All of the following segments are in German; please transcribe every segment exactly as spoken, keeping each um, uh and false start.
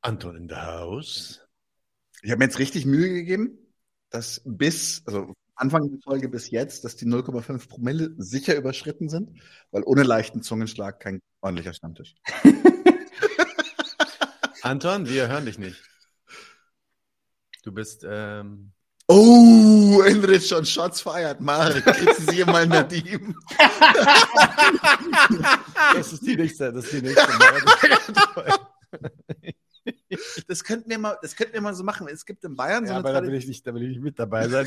Anton in the house. Ich habe mir jetzt richtig Mühe gegeben, dass bis, also Anfang der Folge bis jetzt, dass die null Komma fünf Promille sicher überschritten sind, weil ohne leichten Zungenschlag kein ordentlicher Stammtisch. Anton, wir hören dich nicht. Du bist, ähm... Oh, Enrich schon Shots feiert. Marek, kriegst du sie mal Nadim? Das ist die nächste, das ist die nächste. Das könnten wir mal, das könnten wir mal so machen. Es gibt in Bayern so ja, eine aber da will ich nicht, da will ich nicht mit dabei sein.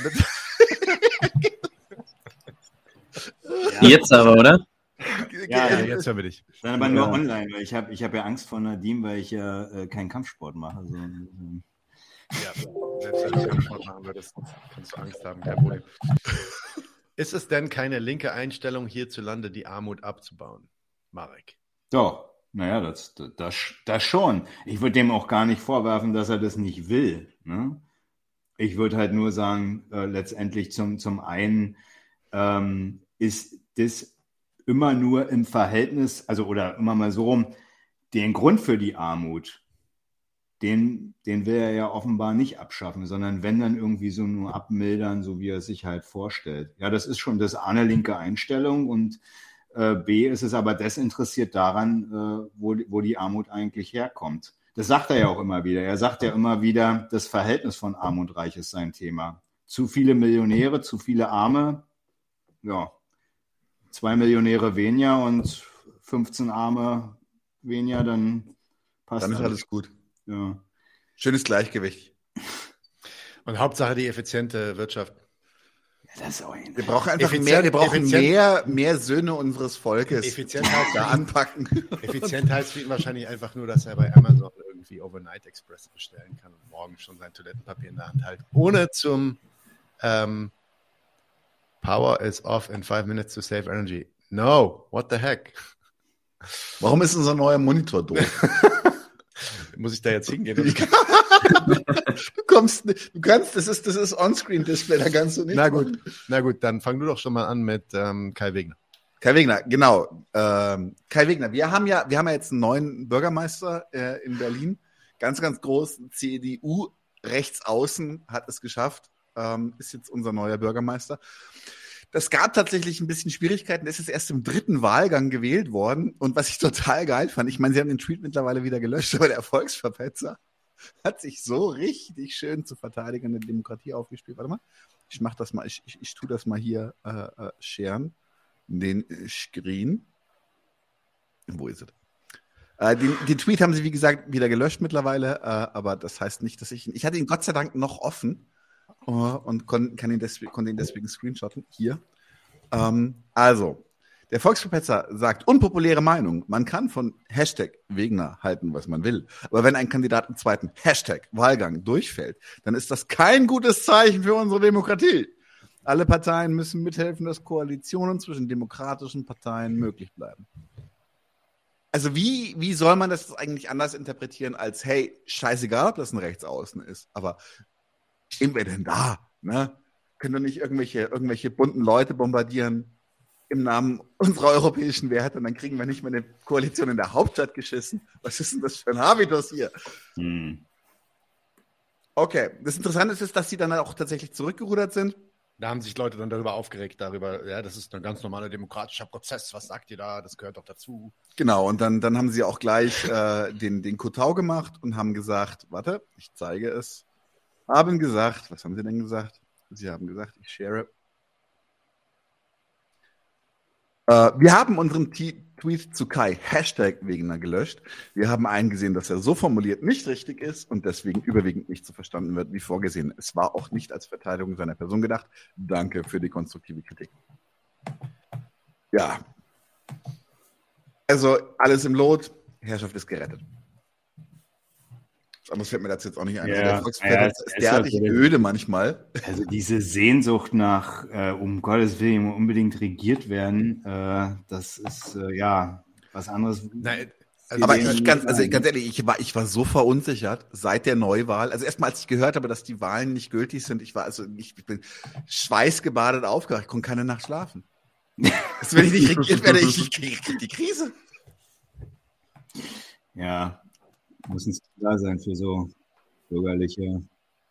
Ja. Jetzt aber, oder? Ja, ja, jetzt hören wir dich. Dann aber nur online, weil ich habe ich hab ja Angst vor Nadim, weil ich ja äh, keinen Kampfsport mache. So, ähm. Ja, selbst wenn du Kampfsport machen würdest, kannst du Angst haben, kein Problem. Ist es denn keine linke Einstellung hierzulande, die Armut abzubauen, Marek? Doch, naja, das, das, das schon. Ich würde dem auch gar nicht vorwerfen, dass er das nicht will. Ne? Ich würde halt nur sagen, äh, letztendlich zum, zum einen ähm, ist das immer nur im Verhältnis, also oder immer mal so rum, den Grund für die Armut, den, den will er ja offenbar nicht abschaffen, sondern wenn dann irgendwie so nur abmildern, so wie er es sich halt vorstellt. Ja, das ist schon das eine linke Einstellung und äh, B ist es aber desinteressiert daran, äh, wo, wo die Armut eigentlich herkommt. Das sagt er ja auch immer wieder. Er sagt ja immer wieder, das Verhältnis von Arm und Reich ist sein Thema. Zu viele Millionäre, zu viele Arme, ja, zwei Millionäre weniger und fünfzehn Arme weniger, dann passt Dann ist alles gut. Ja. Schönes Gleichgewicht. Und Hauptsache die effiziente Wirtschaft. Ja, das ist auch ein Wir brauchen einfach Effizient, mehr, wir brauchen effizient, mehr, mehr Söhne unseres Volkes, Effizient die heißt, da anpacken. Effizient heißt für ihn wahrscheinlich einfach nur, dass er bei Amazon irgendwie Overnight Express bestellen kann und morgen schon sein Toilettenpapier in der Hand hält. Ohne zum ähm, Power is off in five minutes to save energy. No, what the heck? Warum ist unser neuer Monitor doof? Muss ich da jetzt hingehen? Du kommst nicht, du kannst, das ist, das ist On-Screen-Display, da kannst du nicht. Na gut, na gut, dann fang du doch schon mal an mit ähm, Kai Wegner. Kai Wegner, genau. Ähm, Kai Wegner, wir haben ja, wir haben ja jetzt einen neuen Bürgermeister äh, in Berlin. Ganz, ganz groß. C D U rechts außen hat es geschafft. Ähm, ist jetzt unser neuer Bürgermeister. Das gab tatsächlich ein bisschen Schwierigkeiten. Es ist erst im dritten Wahlgang gewählt worden. Und was ich total geil fand, ich meine, sie haben den Tweet mittlerweile wieder gelöscht, aber der Erfolgsverpetzer hat sich so richtig schön zu verteidigen in der Demokratie aufgespielt. Warte mal, ich mach das mal, ich, ich, ich tue das mal hier äh, äh, sharen. Den Screen. Wo ist es? Äh, den, den Tweet haben sie, wie gesagt, wieder gelöscht mittlerweile, äh, aber das heißt nicht, dass ich ihn. Ich hatte ihn Gott sei Dank noch offen uh, und kon, kann ihn deswegen, konnte ihn deswegen screenshotten. Hier. Ähm, also, der Volksverpetzer sagt, unpopuläre Meinung. Man kann von Hashtag Wegner halten, was man will. Aber wenn ein Kandidat im zweiten Hashtag Wahlgang durchfällt, dann ist das kein gutes Zeichen für unsere Demokratie. Alle Parteien müssen mithelfen, dass Koalitionen zwischen demokratischen Parteien möglich bleiben. Also wie, wie soll man das eigentlich anders interpretieren als, hey, scheißegal, ob das ein Rechtsaußen ist, aber stehen wir denn da? Ne? Können wir nicht irgendwelche, irgendwelche bunten Leute bombardieren im Namen unserer europäischen Werte und dann kriegen wir nicht mehr eine Koalition in der Hauptstadt geschissen? Was ist denn das für ein Habitus hier? Hm. Okay, das Interessante ist, dass sie dann auch tatsächlich zurückgerudert sind. Da haben sich Leute dann darüber aufgeregt, darüber, ja, das ist ein ganz normaler demokratischer Prozess, was sagt ihr da, das gehört doch dazu. Genau, und dann, dann haben sie auch gleich äh, den, den Kotau gemacht und haben gesagt, warte, ich zeige es, haben gesagt, was haben sie denn gesagt? Sie haben gesagt, ich share. Äh, wir haben unseren T- Tweet zu Kai, Hashtag Wegner, gelöscht. Wir haben eingesehen, dass er so formuliert nicht richtig ist und deswegen überwiegend nicht so verstanden wird wie vorgesehen. Es war auch nicht als Verteidigung seiner Person gedacht. Danke für die konstruktive Kritik. Ja. Also alles im Lot, Herrschaft ist gerettet. Was anderes fällt mir dazu jetzt auch nicht ein. Ja, also der Volksverkehr ja, ist es derartig ist halt- öde manchmal. Also diese Sehnsucht nach, äh, um Gottes Willen, unbedingt regiert werden, äh, das ist, äh, ja, was anderes. Nein, also Aber die- ich ganz, also ganz ehrlich, ich war, ich war so verunsichert seit der Neuwahl. Also erstmal, als ich gehört habe, dass die Wahlen nicht gültig sind, ich war also, ich, ich bin schweißgebadet aufgewacht, ich konnte keine Nacht schlafen. Also, wenn ich nicht regiert werde, ich, ich kriege die Krise. Ja, muss ein Skandal sein für so bürgerliche.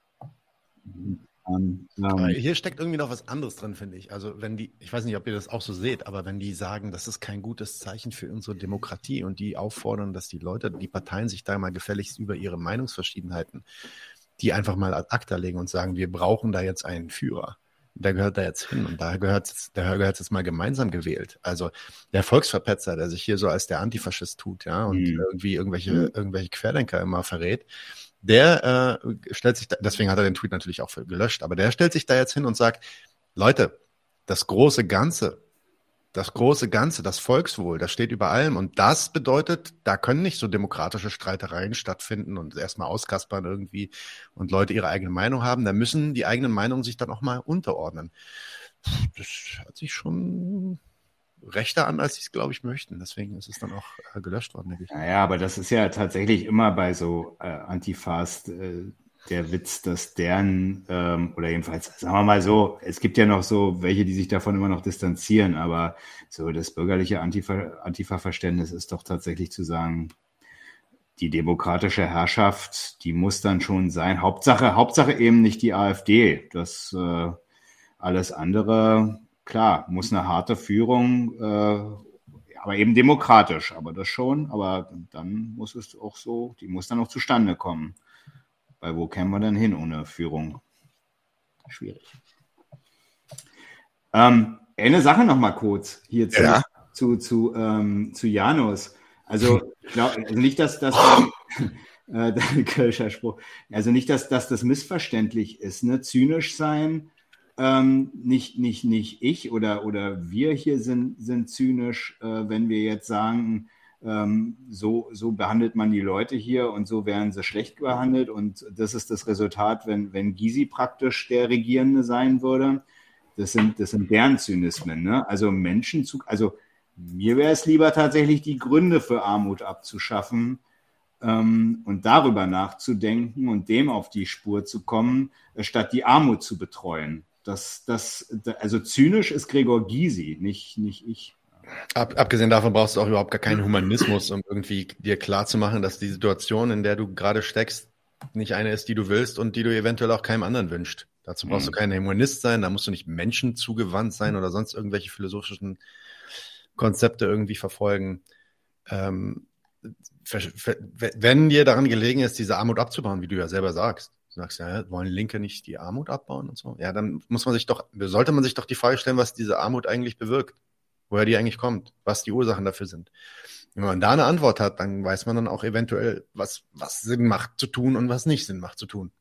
Ähm, Aber ähm, hier steckt irgendwie noch was anderes drin, finde ich. Also wenn die, ich weiß nicht, ob ihr das auch so seht, aber wenn die sagen, das ist kein gutes Zeichen für unsere Demokratie und die auffordern, dass die Leute, die Parteien sich da mal gefälligst über ihre Meinungsverschiedenheiten, die einfach mal ad acta legen und sagen, wir brauchen da jetzt einen Führer. Der gehört da jetzt hin und da gehört es da gehört jetzt mal gemeinsam gewählt. Also der Volksverpetzer, der sich hier so als der Antifaschist tut, ja, und Mhm. irgendwie irgendwelche, irgendwelche Querdenker immer verrät, der äh, stellt sich, da, deswegen hat er den Tweet natürlich auch gelöscht, aber der stellt sich da jetzt hin und sagt, Leute, das große Ganze, das große Ganze, das Volkswohl, das steht über allem und das bedeutet, da können nicht so demokratische Streitereien stattfinden und erstmal auskaspern irgendwie und Leute ihre eigene Meinung haben, da müssen die eigenen Meinungen sich dann auch mal unterordnen. Das hört sich schon rechter an, als sie es, glaube ich, möchten. Deswegen ist es dann auch äh, gelöscht worden, denke ich. Naja, aber das ist ja tatsächlich immer bei so äh, Antifas äh, der Witz, dass deren, ähm, oder jedenfalls, sagen wir mal so, es gibt ja noch so welche, die sich davon immer noch distanzieren, aber so das bürgerliche Antifa, Antifa-Verständnis ist doch tatsächlich zu sagen, die demokratische Herrschaft, die muss dann schon sein. Hauptsache, Hauptsache eben nicht die AfD. Das äh, alles andere, klar, muss eine harte Führung, äh, aber eben demokratisch, aber das schon, aber dann muss es auch so, die muss dann auch zustande kommen. Weil wo kämen wir dann hin ohne Führung? Schwierig. Ähm, eine Sache noch mal kurz hier zu, Ja. zu, zu, ähm, zu Janus. Also, ich glaub, also nicht, dass das äh, der Kölscher Spruch, also nicht, dass, dass das missverständlich ist, ne? Zynisch sein, ähm, nicht, nicht, nicht ich oder, oder wir hier sind, sind zynisch, äh, wenn wir jetzt sagen, ähm, so, so behandelt man die Leute hier und so werden sie schlecht behandelt und das ist das Resultat, wenn, wenn Gysi praktisch der Regierende sein würde. Das sind, das sind deren Zynismen, ne? Also Menschen zu, also mir wäre es lieber tatsächlich die Gründe für Armut abzuschaffen ähm, und darüber nachzudenken und dem auf die Spur zu kommen, statt die Armut zu betreuen. Das, das, also zynisch ist Gregor Gysi, nicht, nicht ich. Ab, abgesehen davon brauchst du auch überhaupt gar keinen Humanismus, um irgendwie dir klarzumachen, dass die Situation, in der du gerade steckst, nicht eine ist, die du willst und die du eventuell auch keinem anderen wünscht. Dazu brauchst mhm. du kein Humanist sein, da musst du nicht Menschen zugewandt sein oder sonst irgendwelche philosophischen Konzepte irgendwie verfolgen. Ähm, wenn dir daran gelegen ist, diese Armut abzubauen, wie du ja selber sagst, du sagst ja, wollen Linke nicht die Armut abbauen und so, ja, dann muss man sich doch, sollte man sich doch die Frage stellen, was diese Armut eigentlich bewirkt. Woher die eigentlich kommt, was die Ursachen dafür sind. Wenn man da eine Antwort hat, dann weiß man dann auch eventuell, was, was Sinn macht zu tun und was nicht Sinn macht zu tun.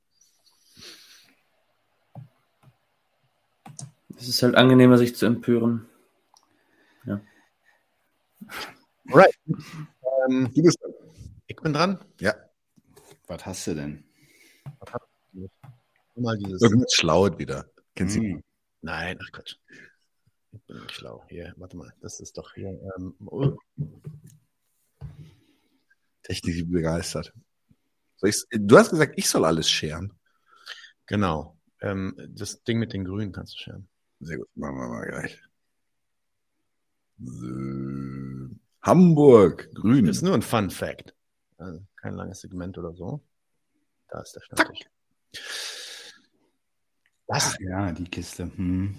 Es ist halt angenehmer, sich zu empören. Ja. Right. Ähm, Du bist dran. ich bin dran. Ja. Was hast du denn? Mal dieses. Irgendwas Schlaues wieder. Kennst du? Hm. Nein, ach Quatsch. Ich bin nicht schlau. Hier, warte mal. Das ist doch hier. Ähm, oh. Technik begeistert. Soll ich's, du hast gesagt, ich soll alles scheren. Genau. Ähm, das Ding mit den Grünen kannst du scheren. Sehr gut, machen wir mal gleich. So. Hamburg, Grün. Das ist nur ein Fun Fact. Also kein langes Segment oder so. Da ist der Schnappig. Ach ja, die Kiste. Hm.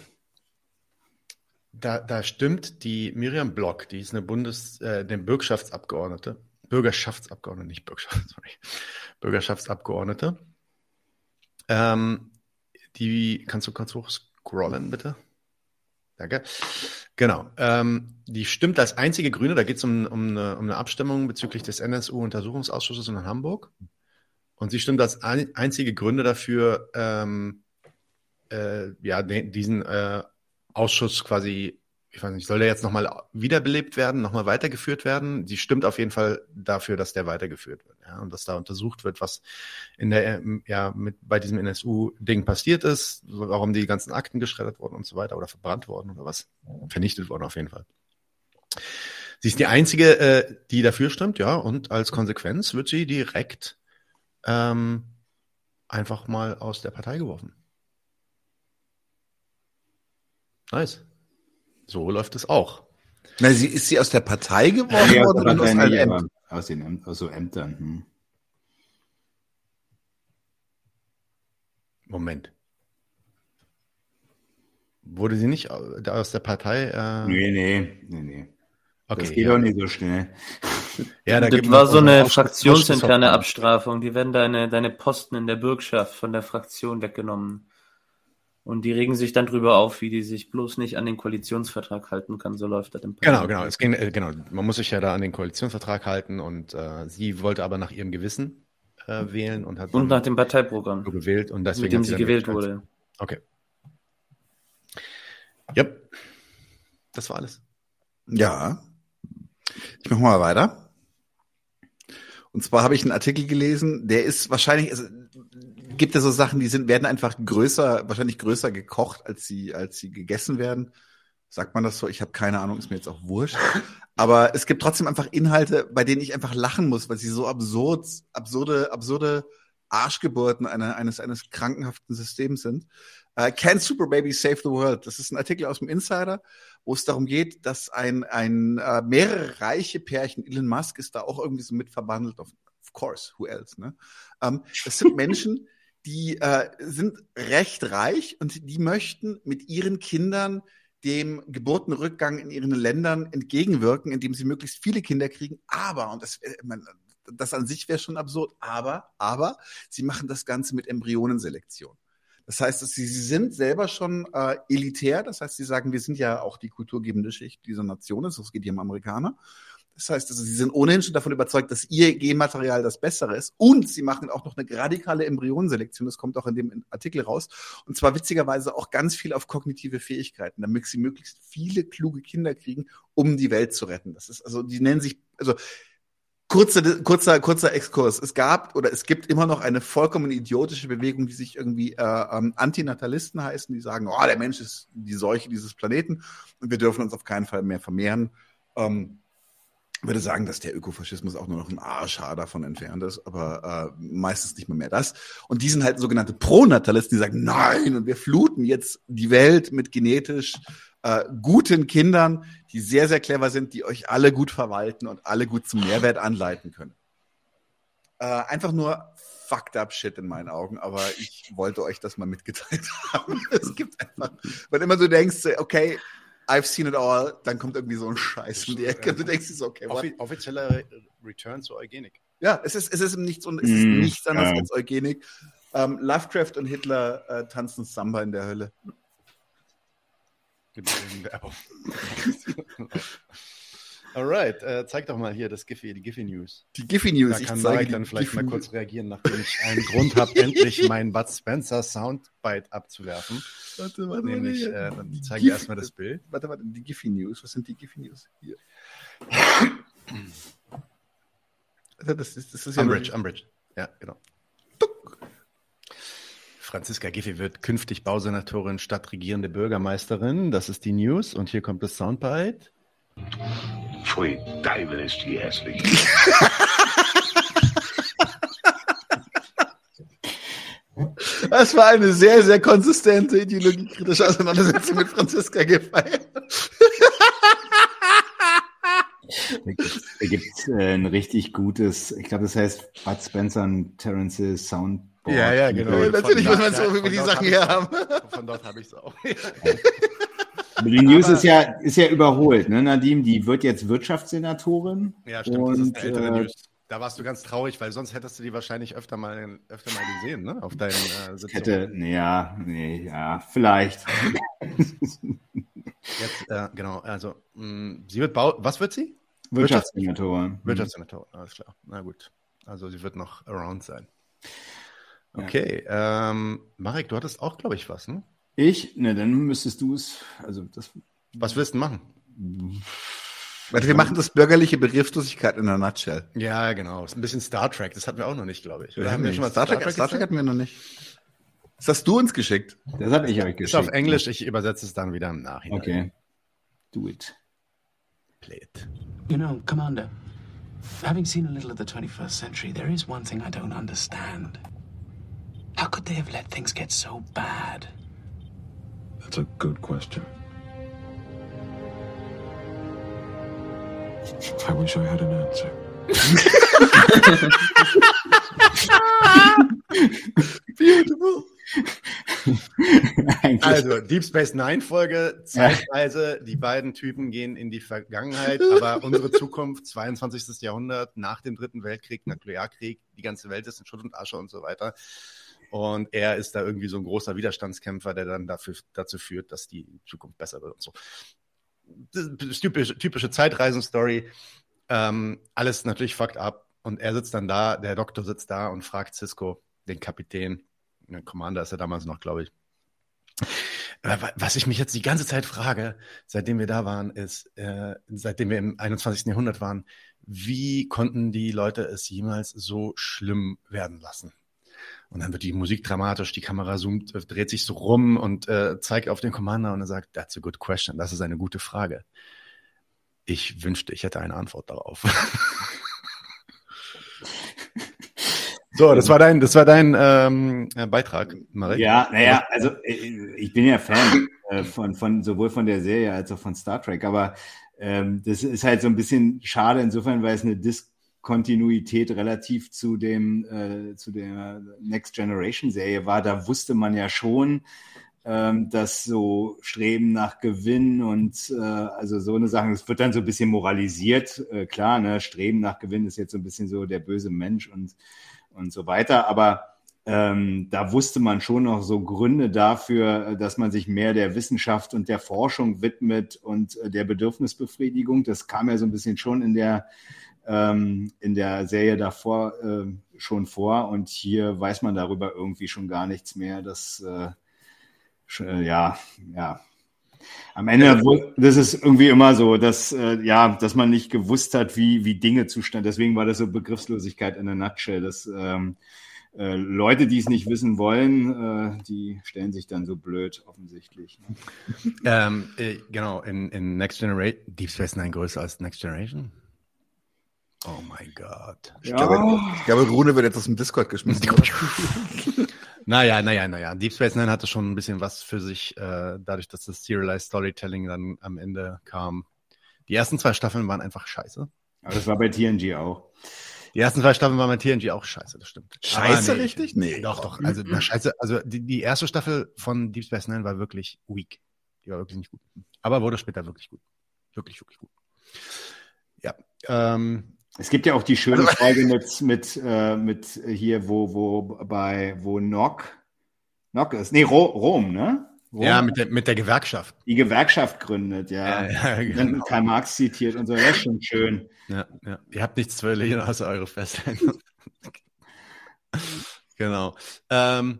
Da, da stimmt die Miriam Block, die ist eine Bundes-, äh, eine Bürgerschaftsabgeordnete. Bürgerschaftsabgeordnete, nicht Bürgerschaft, sorry. Bürgerschaftsabgeordnete. Ähm, die, kannst du kurz hochscrollen, bitte? Danke. Genau. Ähm, die stimmt als einzige Grüne, da geht es um, um, eine, um eine Abstimmung bezüglich des N S U-Untersuchungsausschusses in Hamburg. Und sie stimmt als ein, einzige Gründe dafür, ähm, äh, ja, den, diesen äh, Ausschuss quasi, ich weiß nicht, soll der jetzt nochmal wiederbelebt werden, nochmal weitergeführt werden? Sie stimmt auf jeden Fall dafür, dass der weitergeführt wird, ja, und dass da untersucht wird, was in der, ja, mit bei diesem N S U-Ding passiert ist, warum die ganzen Akten geschreddert wurden und so weiter oder verbrannt worden oder was, vernichtet worden auf jeden Fall. Sie ist die einzige, äh, die dafür stimmt, ja, und als Konsequenz wird sie direkt ähm, einfach mal aus der Partei geworfen. Nice. So läuft es auch. Na, sie, ist sie aus der Partei geworfen Ja, worden oder aus Partei einem nicht, Amt? aber- aus den Äm- aus so Ämtern. Hm. Moment. Wurde sie nicht aus der Partei? Äh... Nee, nee, nee, nee. Okay, das geht ja. doch nicht so schnell. Ja, da das gibt war es so unseren eine Ausschuss- fraktionsinterne Ausschussverfahren. Abstrafung. Die werden deine, deine Posten in der Bürgschaft von der Fraktion weggenommen. Und die regen sich dann drüber auf, wie die sich bloß nicht an den Koalitionsvertrag halten kann. So läuft das im Genau, Parlament. genau. Es ging, äh, genau. Man muss sich ja da an den Koalitionsvertrag halten und äh, sie wollte aber nach ihrem Gewissen äh, wählen und hat Und nach dann dem Parteiprogramm, so gewählt und deswegen mit dem hat sie dann gewählt gewählt. wurde. Okay. Yep. Das war alles. Ja. Ich mache mal weiter. Und zwar habe ich einen Artikel gelesen, der ist wahrscheinlich, also, gibt es so Sachen, die sind, werden einfach größer, wahrscheinlich größer gekocht, als sie, als sie gegessen werden. Sagt man das so? Ich habe keine Ahnung, ist mir jetzt auch wurscht. Aber es gibt trotzdem einfach Inhalte, bei denen ich einfach lachen muss, weil sie so absurd, absurde, absurde Arschgeburten einer, eines, eines krankenhaften Systems sind. Uh, Can Super Baby Save the World? Das ist ein Artikel aus dem Insider, wo es darum geht, dass ein, ein uh, mehrere reiche Pärchen, Elon Musk ist da auch irgendwie so mit verbandelt, of, of course, who else, ne? Um, das sind Menschen, die uh, sind recht reich und die möchten mit ihren Kindern dem Geburtenrückgang in ihren Ländern entgegenwirken, indem sie möglichst viele Kinder kriegen. Aber, und das, man, das an sich wäre schon absurd, aber, aber sie machen das Ganze mit Embryonenselektion. Das heißt, dass sie, sie sind selber schon äh, elitär. Das heißt, sie sagen, wir sind ja auch die kulturgebende Schicht dieser Nation. Das geht hier um Amerikaner. Das heißt, also, sie sind ohnehin schon davon überzeugt, dass ihr Genmaterial das Bessere ist. Und sie machen auch noch eine radikale Embryonenselektion. Das kommt auch in dem Artikel raus. Und zwar witzigerweise auch ganz viel auf kognitive Fähigkeiten, damit sie möglichst viele kluge Kinder kriegen, um die Welt zu retten. Das ist also, die nennen sich, also Kurzer, kurzer, kurzer Exkurs. Es gab oder es gibt immer noch eine vollkommen idiotische Bewegung, die sich irgendwie äh, ähm, Antinatalisten heißen, die sagen, oh, der Mensch ist die Seuche dieses Planeten und wir dürfen uns auf keinen Fall mehr vermehren. Ähm, ich würde sagen, dass der Ökofaschismus auch nur noch ein Arschhaar davon entfernt ist, aber äh, meistens nicht mehr mehr das. Und die sind halt sogenannte Pronatalisten, die sagen, nein, und wir fluten jetzt die Welt mit genetisch äh, guten Kindern, die sehr, sehr clever sind, die euch alle gut verwalten und alle gut zum Mehrwert anleiten können. Äh, einfach nur fucked up shit in meinen Augen, aber ich wollte euch das mal mitgeteilt haben. Es gibt einfach, wenn immer du denkst, okay, I've seen it all, dann kommt irgendwie so ein Scheiß um die Ecke und du denkst dir so, okay, what? Offi- offizieller Return zur Eugenik. Ja, es ist, es ist nichts, es ist Mm, nichts anderes ja. als Eugenik. Ähm, Lovecraft und Hitler äh, tanzen Samba in der Hölle. Werbung. Alright, äh, zeig doch mal hier das Giphy, die Giphy News. Die Giffy News. Da ich kann zeige Marek die dann vielleicht Giffy mal kurz reagieren, nachdem ich einen Grund habe, endlich meinen Bud Spencer Soundbite abzuwerfen. Warte, warte, Nämlich, warte. äh, dann Die zeige ich Giff- erstmal das Bild. Warte, warte, die Giffy News. Was sind die Giffy News? Hier. Also das ist, das ist ja Umbridge, Umbridge. Ja, genau. Franziska Giffey wird künftig Bausenatorin statt regierende Bürgermeisterin. Das ist die News. Und hier kommt das Soundbite. Твой divinest hässlich. Das war eine sehr, sehr konsistente ideologiekritische Auseinandersetzung mit Franziska Giffey. Da gibt es äh, ein richtig gutes, ich glaube, das heißt Bud Spencer und Terence's Soundboard. Ja, ja, genau. Ja, natürlich muss man Ja, so, wie wir von die dort Sachen hab hier ich's haben. auch. Von dort habe ich es auch. Aber die News Aber- ist ja, ist ja überholt, ne, Nadim? Die wird jetzt Wirtschaftssenatorin. Ja, stimmt, das ist Und, eine ältere äh, News. Da warst du ganz traurig, weil sonst hättest du die wahrscheinlich öfter mal, öfter mal gesehen, ne? Auf deinen äh, Sitzungen. Hätte, nee, ja, nee, ja, vielleicht. Jetzt, äh, genau, also, mh, sie wird Bau, was wird sie? Wirtschaftssenatorin. Wirtschaftssenatorin, alles klar. Na gut. Also sie wird noch around sein. Okay, ähm, Marek, du hattest auch, glaube ich, was, ne? Ich? Ne, dann müsstest du es, also das. Was willst du machen? Warte, wir machen das bürgerliche Begriffslosigkeit in der Nutshell. Ja, genau. Ist ein bisschen Star Trek, das hatten wir auch noch nicht, glaube ich. Oder Wir haben wir schon mal Star Trek, Star Trek gezeigt? hatten wir noch nicht. Das hast du uns geschickt. Das habe ich euch Ist auf geschickt. Englisch, ich übersetze es dann wieder im Nachhinein. Okay. Do it. Play it. You know, Commander, having seen a little of the twenty-first century, there is one thing I don't understand. How could they have let things get so bad? That's a good question. I wish I had an answer. Beautiful. Also, Deep Space Nine Folge, Zeitreise, ja. Die beiden Typen gehen in die Vergangenheit, aber unsere Zukunft, zweiundzwanzigstes Jahrhundert, nach dem Dritten Weltkrieg, Nuklearkrieg, die ganze Welt ist in Schutt und Asche und so weiter. Und er ist da irgendwie so ein großer Widerstandskämpfer, der dann dafür, dazu führt, dass die Zukunft besser wird und so. Das ist typische, typische Zeitreisen-Story. Ähm, alles natürlich fucked up. Und er sitzt dann da, der Doktor sitzt da und fragt Sisko, den Kapitän, der Commander ist er damals noch, glaube ich. Was ich mich jetzt die ganze Zeit frage, seitdem wir da waren, ist, äh, seitdem wir im einundzwanzigsten Jahrhundert waren, wie konnten die Leute es jemals so schlimm werden lassen? Und dann wird die Musik dramatisch, die Kamera zoomt, dreht sich so rum und äh, zeigt auf den Commander und er sagt, that's a good question, das ist eine gute Frage. Ich wünschte, ich hätte eine Antwort darauf. So, das war dein, das war dein ähm, Beitrag, Marek. Ja, naja, also ich bin ja Fan äh, von, von sowohl von der Serie als auch von Star Trek, aber ähm, das ist halt so ein bisschen schade insofern, weil es eine Diskontinuität relativ zu dem äh, zu der Next Generation Serie war. Da wusste man ja schon, ähm, dass so Streben nach Gewinn und äh, also so eine Sache, es wird dann so ein bisschen moralisiert, äh, klar, ne, Streben nach Gewinn ist jetzt so ein bisschen so der böse Mensch und und so weiter, aber ähm, da wusste man schon noch so Gründe dafür, dass man sich mehr der Wissenschaft und der Forschung widmet und äh, der Bedürfnisbefriedigung. Das kam ja so ein bisschen schon in der ähm, in der Serie davor äh, schon vor und hier weiß man darüber irgendwie schon gar nichts mehr. Das äh, äh, ja, ja. Am Ende, das ist irgendwie immer so, dass, äh, ja, dass man nicht gewusst hat, wie, wie Dinge zustande. Deswegen war das so Begriffslosigkeit in a nutshell. Dass ähm, äh, Leute, die es nicht wissen wollen, äh, die stellen sich dann so blöd, offensichtlich. Ne? Ähm, äh, genau, in, in Next Generation, Deep Space Nine größer als Next Generation? Oh mein Gott. Ich, ja. glaube, ich glaube, Rune wird jetzt aus dem Discord geschmissen. Naja, naja, naja. Deep Space Nine hatte schon ein bisschen was für sich, äh, dadurch, dass das Serialized Storytelling dann am Ende kam. Die ersten zwei Staffeln waren einfach scheiße. Aber das war bei T N G auch. Die ersten zwei Staffeln waren bei T N G auch scheiße, das stimmt. Scheiße, nee, richtig? Nee. Doch, doch. Also, na, scheiße. Also, die, die erste Staffel von Deep Space Nine war wirklich weak. Die war wirklich nicht gut. Aber wurde später wirklich gut. Wirklich, wirklich gut. Ja, ähm, es gibt ja auch die schöne Folge mit, mit, äh, mit hier, wo, wo bei, wo Nock, Nock ist, nee, Ro, Rom, ne? Rom, ja, mit der, mit der Gewerkschaft. Die Gewerkschaft gründet, ja. ja, ja genau. Dann Karl Marx zitiert und so, ja, schon schön. Ja, ja. Ihr habt nichts zu verlieren, außer eure Festlegung. Genau. Ähm.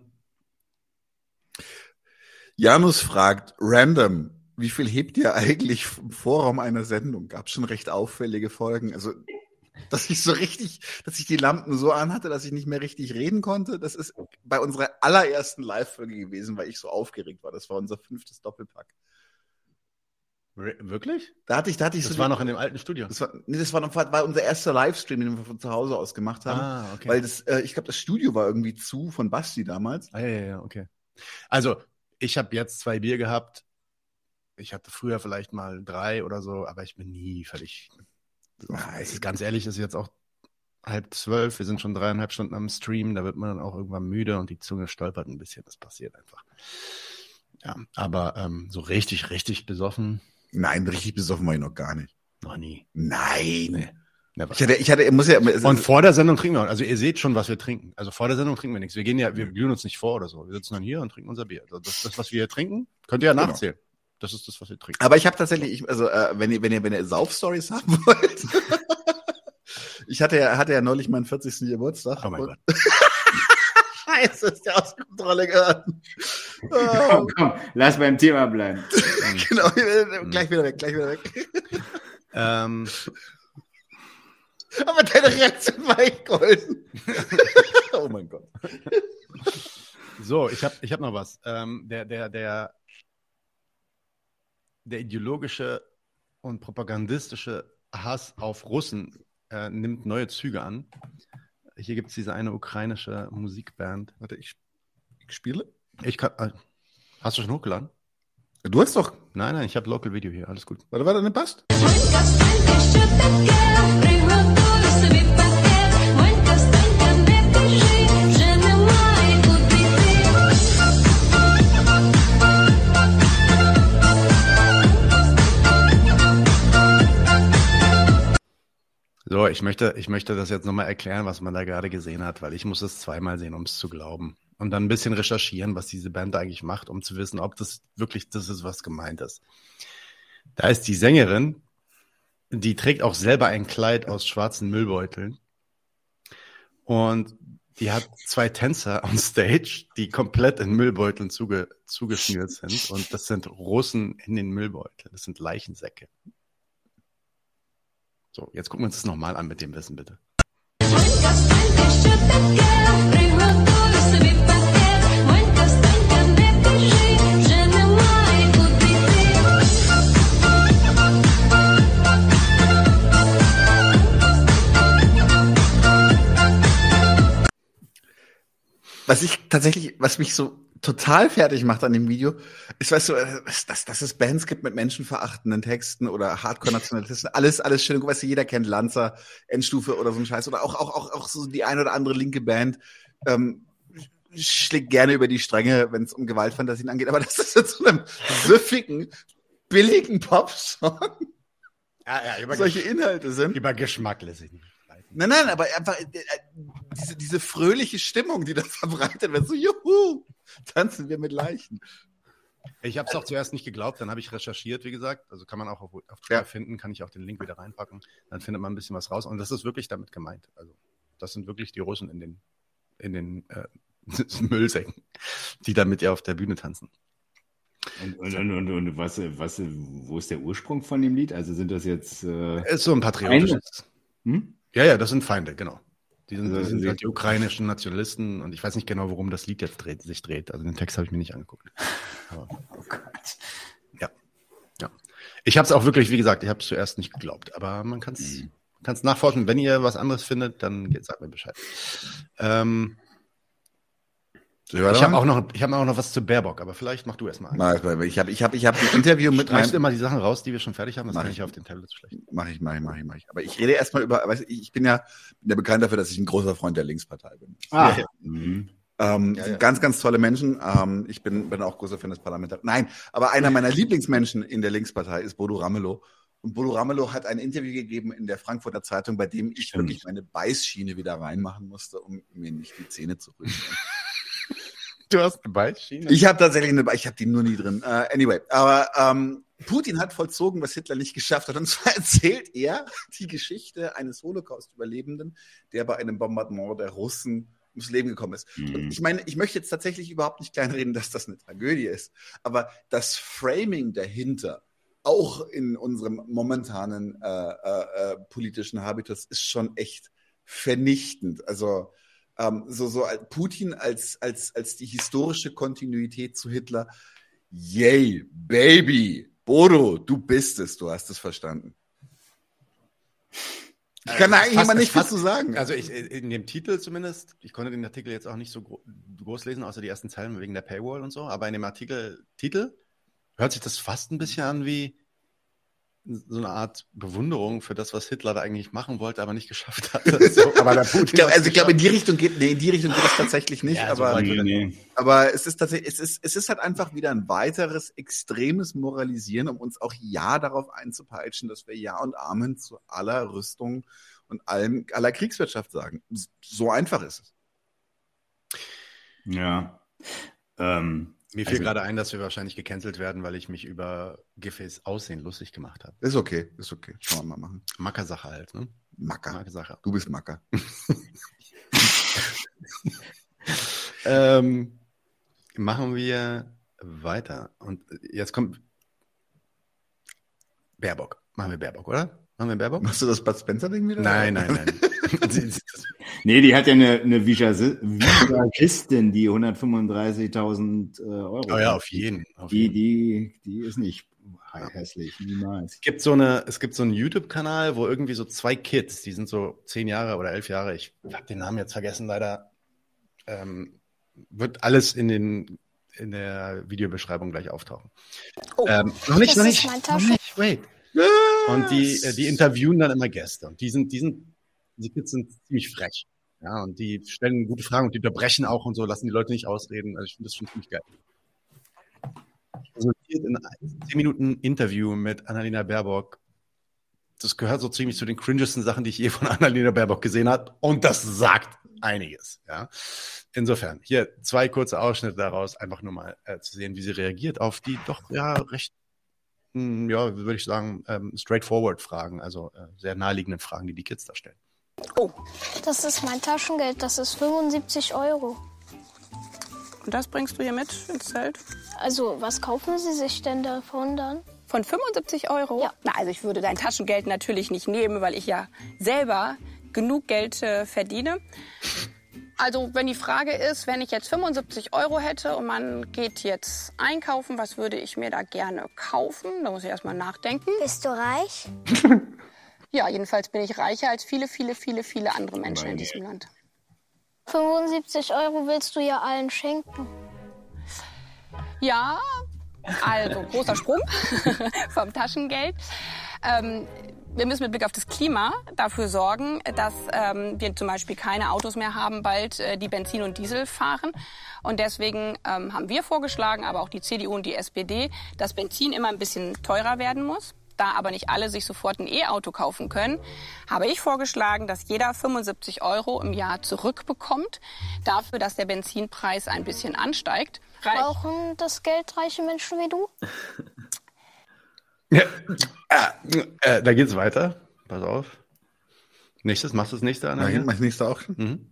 Janus fragt, random, wie viel hebt ihr eigentlich im Vorraum einer Sendung? Gab schon recht auffällige Folgen. Also, dass ich so richtig, dass ich die Lampen so anhatte, dass ich nicht mehr richtig reden konnte. Das ist bei unserer allerersten Live-Folge gewesen, weil ich so aufgeregt war. Das war unser fünftes Doppelpack. Wirklich? Da hatte ich, da hatte ich das so war die, noch in dem alten Studio. Das war, nee, das war, noch, war unser erster Livestream, den wir von zu Hause aus gemacht haben. Ah, okay. Weil das, äh, ich glaube, das Studio war irgendwie zu von Basti damals. Ah, ja, ja, ja, okay. Also, ich habe jetzt zwei Bier gehabt. Ich hatte früher vielleicht mal drei oder so, aber ich bin nie völlig. Es ist ganz ehrlich, es ist jetzt auch halb zwölf. Wir sind schon dreieinhalb Stunden am Stream. Da wird man dann auch irgendwann müde und die Zunge stolpert ein bisschen. Das passiert einfach. Ja, aber ähm, so richtig, richtig besoffen. Nein, richtig besoffen war ich noch gar nicht. Noch nie. Nein. Nee. Never. Ich hatte, ich hatte, muss ja. Und vor der Sendung trinken wir. Also ihr seht schon, was wir trinken. Also vor der Sendung trinken wir nichts. Wir gehen ja, wir glühen uns nicht vor oder so. Wir sitzen dann hier und trinken unser Bier. Also das, das, was wir hier trinken, könnt ihr ja nachzählen. Genau. Das ist das, was wir trinken. Aber ich habe tatsächlich, ich, also äh, wenn ihr, wenn ihr, wenn ihr Sauf-Stories haben wollt, ich hatte ja, hatte ja neulich meinen vierzigsten Geburtstag. Oh mein Gott. Scheiße, ist ja aus Kontrolle geraten. Oh. Komm, komm, lass beim Thema bleiben. Genau, gleich wieder weg, gleich wieder weg. Ähm. Aber deine Reaktion war echt golden. Oh mein Gott. So, ich habe ich hab noch was. Ähm, der, der, der, der ideologische und propagandistische Hass auf Russen äh, nimmt neue Züge an. Hier gibt es diese eine ukrainische Musikband. Warte, ich, ich spiele? Ich kann. Äh, hast du schon hochgeladen? Du hast doch. Nein, nein, ich habe Local Video hier. Alles gut. Warte, warte, ne, passt. So, ich möchte, ich möchte das jetzt nochmal erklären, was man da gerade gesehen hat, weil ich muss es zweimal sehen, um es zu glauben. Und dann ein bisschen recherchieren, was diese Band eigentlich macht, um zu wissen, ob das wirklich das ist, was gemeint ist. Da ist die Sängerin, die trägt auch selber ein Kleid aus schwarzen Müllbeuteln. Und die hat zwei Tänzer on Stage, die komplett in Müllbeuteln zuge, zugeschnürt sind. Und das sind Russen in den Müllbeuteln. Das sind Leichensäcke. So, jetzt gucken wir uns das nochmal an mit dem Wissen, bitte. Was ich tatsächlich, was mich so total fertig macht an dem Video, ist, weißt du, dass, dass es Bands gibt mit menschenverachtenden Texten oder Hardcore-Nationalisten, alles, alles schön, weißt du, jeder kennt Lanza, Endstufe oder so ein Scheiß, oder auch, auch, auch, auch so die eine oder andere linke Band, ähm, schlägt gerne über die Stränge, wenn es um Gewaltfantasien angeht, aber das ist jetzt so einem süffigen, billigen Pop-Song ja, ja, über solche Inhalte sind. Über Geschmack lässt sich nicht. Nein, nein, aber einfach äh, diese, diese fröhliche Stimmung, die das verbreitet wird, so juhu, tanzen wir mit Leichen. Ich habe es auch zuerst nicht geglaubt, dann habe ich recherchiert, wie gesagt, also kann man auch auf, auf Twitter ja. finden, kann ich auch den Link wieder reinpacken, dann findet man ein bisschen was raus und das ist wirklich damit gemeint, also das sind wirklich die Russen in den, in den äh, Müllsäcken, die da mit ihr auf der Bühne tanzen. Und, und, und, und, und was, was, wo ist der Ursprung von dem Lied? Also sind das jetzt äh, ist so ein patriotisches... Hm? Ja, ja, das sind Feinde, genau. Die sind, das sind halt die ukrainischen Nationalisten und ich weiß nicht genau, worum das Lied jetzt dreht, sich dreht. Also den Text habe ich mir nicht angeguckt. Aber, oh Gott. Ja, ja. Ich habe es auch wirklich, wie gesagt, ich habe es zuerst nicht geglaubt, aber man kann es mhm. nachforschen. Wenn ihr was anderes findet, dann geht, sagt mir Bescheid. Ähm, ich habe auch noch, ich habe auch noch was zu Baerbock, aber vielleicht mach du erstmal an. Ich habe, ich habe, ich habe ein Interview mit. Schreibst du immer die Sachen raus, die wir schon fertig haben? Das mach kann ich ich auf den Tablets schlecht. Mach ich, mach ich, mach ich, mach ich. Aber ich rede erstmal über, weißt du, ich bin ja, bin ja bekannt dafür, dass ich ein großer Freund der Linkspartei bin. Ah. Ja. Mhm. Ähm, ja, ja. Ganz, ganz tolle Menschen. Ähm, ich bin, bin auch großer Fan des Parlamentariers. Nein, aber einer meiner Lieblingsmenschen in der Linkspartei ist Bodo Ramelow. Und Bodo Ramelow hat ein Interview gegeben in der Frankfurter Zeitung, bei dem ich Stimmt. wirklich meine Beißschiene wieder reinmachen musste, um mir nicht die Zähne zu rühren. Du hast eine Beißschiene? Ich habe tatsächlich eine Beißschiene, ich habe die nur nie drin. Uh, anyway, aber ähm, Putin hat vollzogen, was Hitler nicht geschafft hat. Und zwar erzählt er die Geschichte eines Holocaust-Überlebenden, der bei einem Bombardement der Russen ums Leben gekommen ist. Mhm. Und ich meine, ich möchte jetzt tatsächlich überhaupt nicht kleinreden, dass das eine Tragödie ist. Aber das Framing dahinter, auch in unserem momentanen äh, äh, politischen Habitus, ist schon echt vernichtend. Also ähm, so, so Putin als, als, als die historische Kontinuität zu Hitler. Yay, Baby! Bodo, du bist es, du hast es verstanden. Ich kann da eigentlich fast, immer nicht viel zu sagen. Also ich, in dem Titel zumindest, ich konnte den Artikel jetzt auch nicht so gro- groß lesen, außer die ersten Zeilen wegen der Paywall und so, aber in dem Artikel Titel hört sich das fast ein bisschen an wie so eine Art Bewunderung für das, was Hitler da eigentlich machen wollte, aber nicht geschafft hat. So, aber der Putin ich glaub, also ich glaube, in die Richtung geht, nee, in die Richtung geht es tatsächlich nicht. Ja, aber, nee, nee. aber es ist tatsächlich, es ist, es ist halt einfach wieder ein weiteres extremes Moralisieren, um uns auch ja darauf einzupeitschen, dass wir Ja und Amen zu aller Rüstung und allem, aller Kriegswirtschaft sagen. So einfach ist es. Ja. Ähm. Mir fiel also, gerade ein, dass wir wahrscheinlich gecancelt werden, weil ich mich über Giffys Aussehen lustig gemacht habe. Ist okay, ist okay. Schauen wir mal machen. Mackersache halt, ne? Macker. Mackersache. Du bist Macker. ähm, machen wir weiter. Und jetzt kommt Baerbock. Machen wir Baerbock, oder? Machen wir Baerbock? Machst du das Bud Spencer-Ding wieder? Nein, nein, nein. Nee, die hat ja eine, eine Visagistin, die hundertfünfunddreißigtausend äh, Euro. Oh ja, auf jeden. Auf die, jeden. die, die ist nicht hässlich, niemals. Es gibt so eine, es gibt so einen YouTube-Kanal, wo irgendwie so zwei Kids, die sind so zehn Jahre oder elf Jahre, ich habe den Namen jetzt vergessen, leider, ähm, wird alles in den in der Videobeschreibung gleich auftauchen. Oh, ähm, noch nicht, noch nicht, noch nicht, wait. Und die, die interviewen dann immer Gäste. Und die sind, die sind die Kids sind ziemlich frech. Ja, und die stellen gute Fragen und die unterbrechen auch und so, lassen die Leute nicht ausreden. Also ich finde das schon ziemlich geil. Resultiert in zehn Minuten Interview mit Annalena Baerbock. Das gehört so ziemlich zu den cringesten Sachen, die ich je von Annalena Baerbock gesehen habe. Und das sagt einiges. Ja. Insofern, hier zwei kurze Ausschnitte daraus, einfach nur mal äh, zu sehen, wie sie reagiert auf die doch ja recht, mh, ja, würde ich sagen, ähm, straightforward Fragen, also äh, sehr naheliegenden Fragen, die die Kids da stellen. Oh, das ist mein Taschengeld, das ist fünfundsiebzig Euro. Und das bringst du hier mit ins Zelt? Also, was kaufen Sie sich denn davon dann? Von fünfundsiebzig Euro? Ja. Na, also ich würde dein Taschengeld natürlich nicht nehmen, weil ich ja selber genug Geld äh, verdiene. Also, wenn die Frage ist, wenn ich jetzt fünfundsiebzig Euro hätte und man geht jetzt einkaufen, was würde ich mir da gerne kaufen? Da muss ich erst mal nachdenken. Bist du reich? Ja, jedenfalls bin ich reicher als viele, viele, viele, viele andere Menschen in diesem Land. fünfundsiebzig Euro willst du ja allen schenken. Ja, also großer Sprung vom Taschengeld. Ähm, wir müssen mit Blick auf das Klima dafür sorgen, dass ähm, wir zum Beispiel keine Autos mehr haben, bald äh, die Benzin und Diesel fahren. Und deswegen ähm, haben wir vorgeschlagen, aber auch die C D U und die S P D, dass Benzin immer ein bisschen teurer werden muss. Da aber nicht alle sich sofort ein E-Auto kaufen können, habe ich vorgeschlagen, dass jeder fünfundsiebzig Euro im Jahr zurückbekommt, dafür, dass der Benzinpreis ein bisschen ansteigt. Reich. Brauchen das Geld reiche Menschen wie du? Ja, äh, äh, da geht's weiter. Pass auf. Nächstes, machst du das nächste an? Da hinten mach ich das nächste auch schon. Mhm.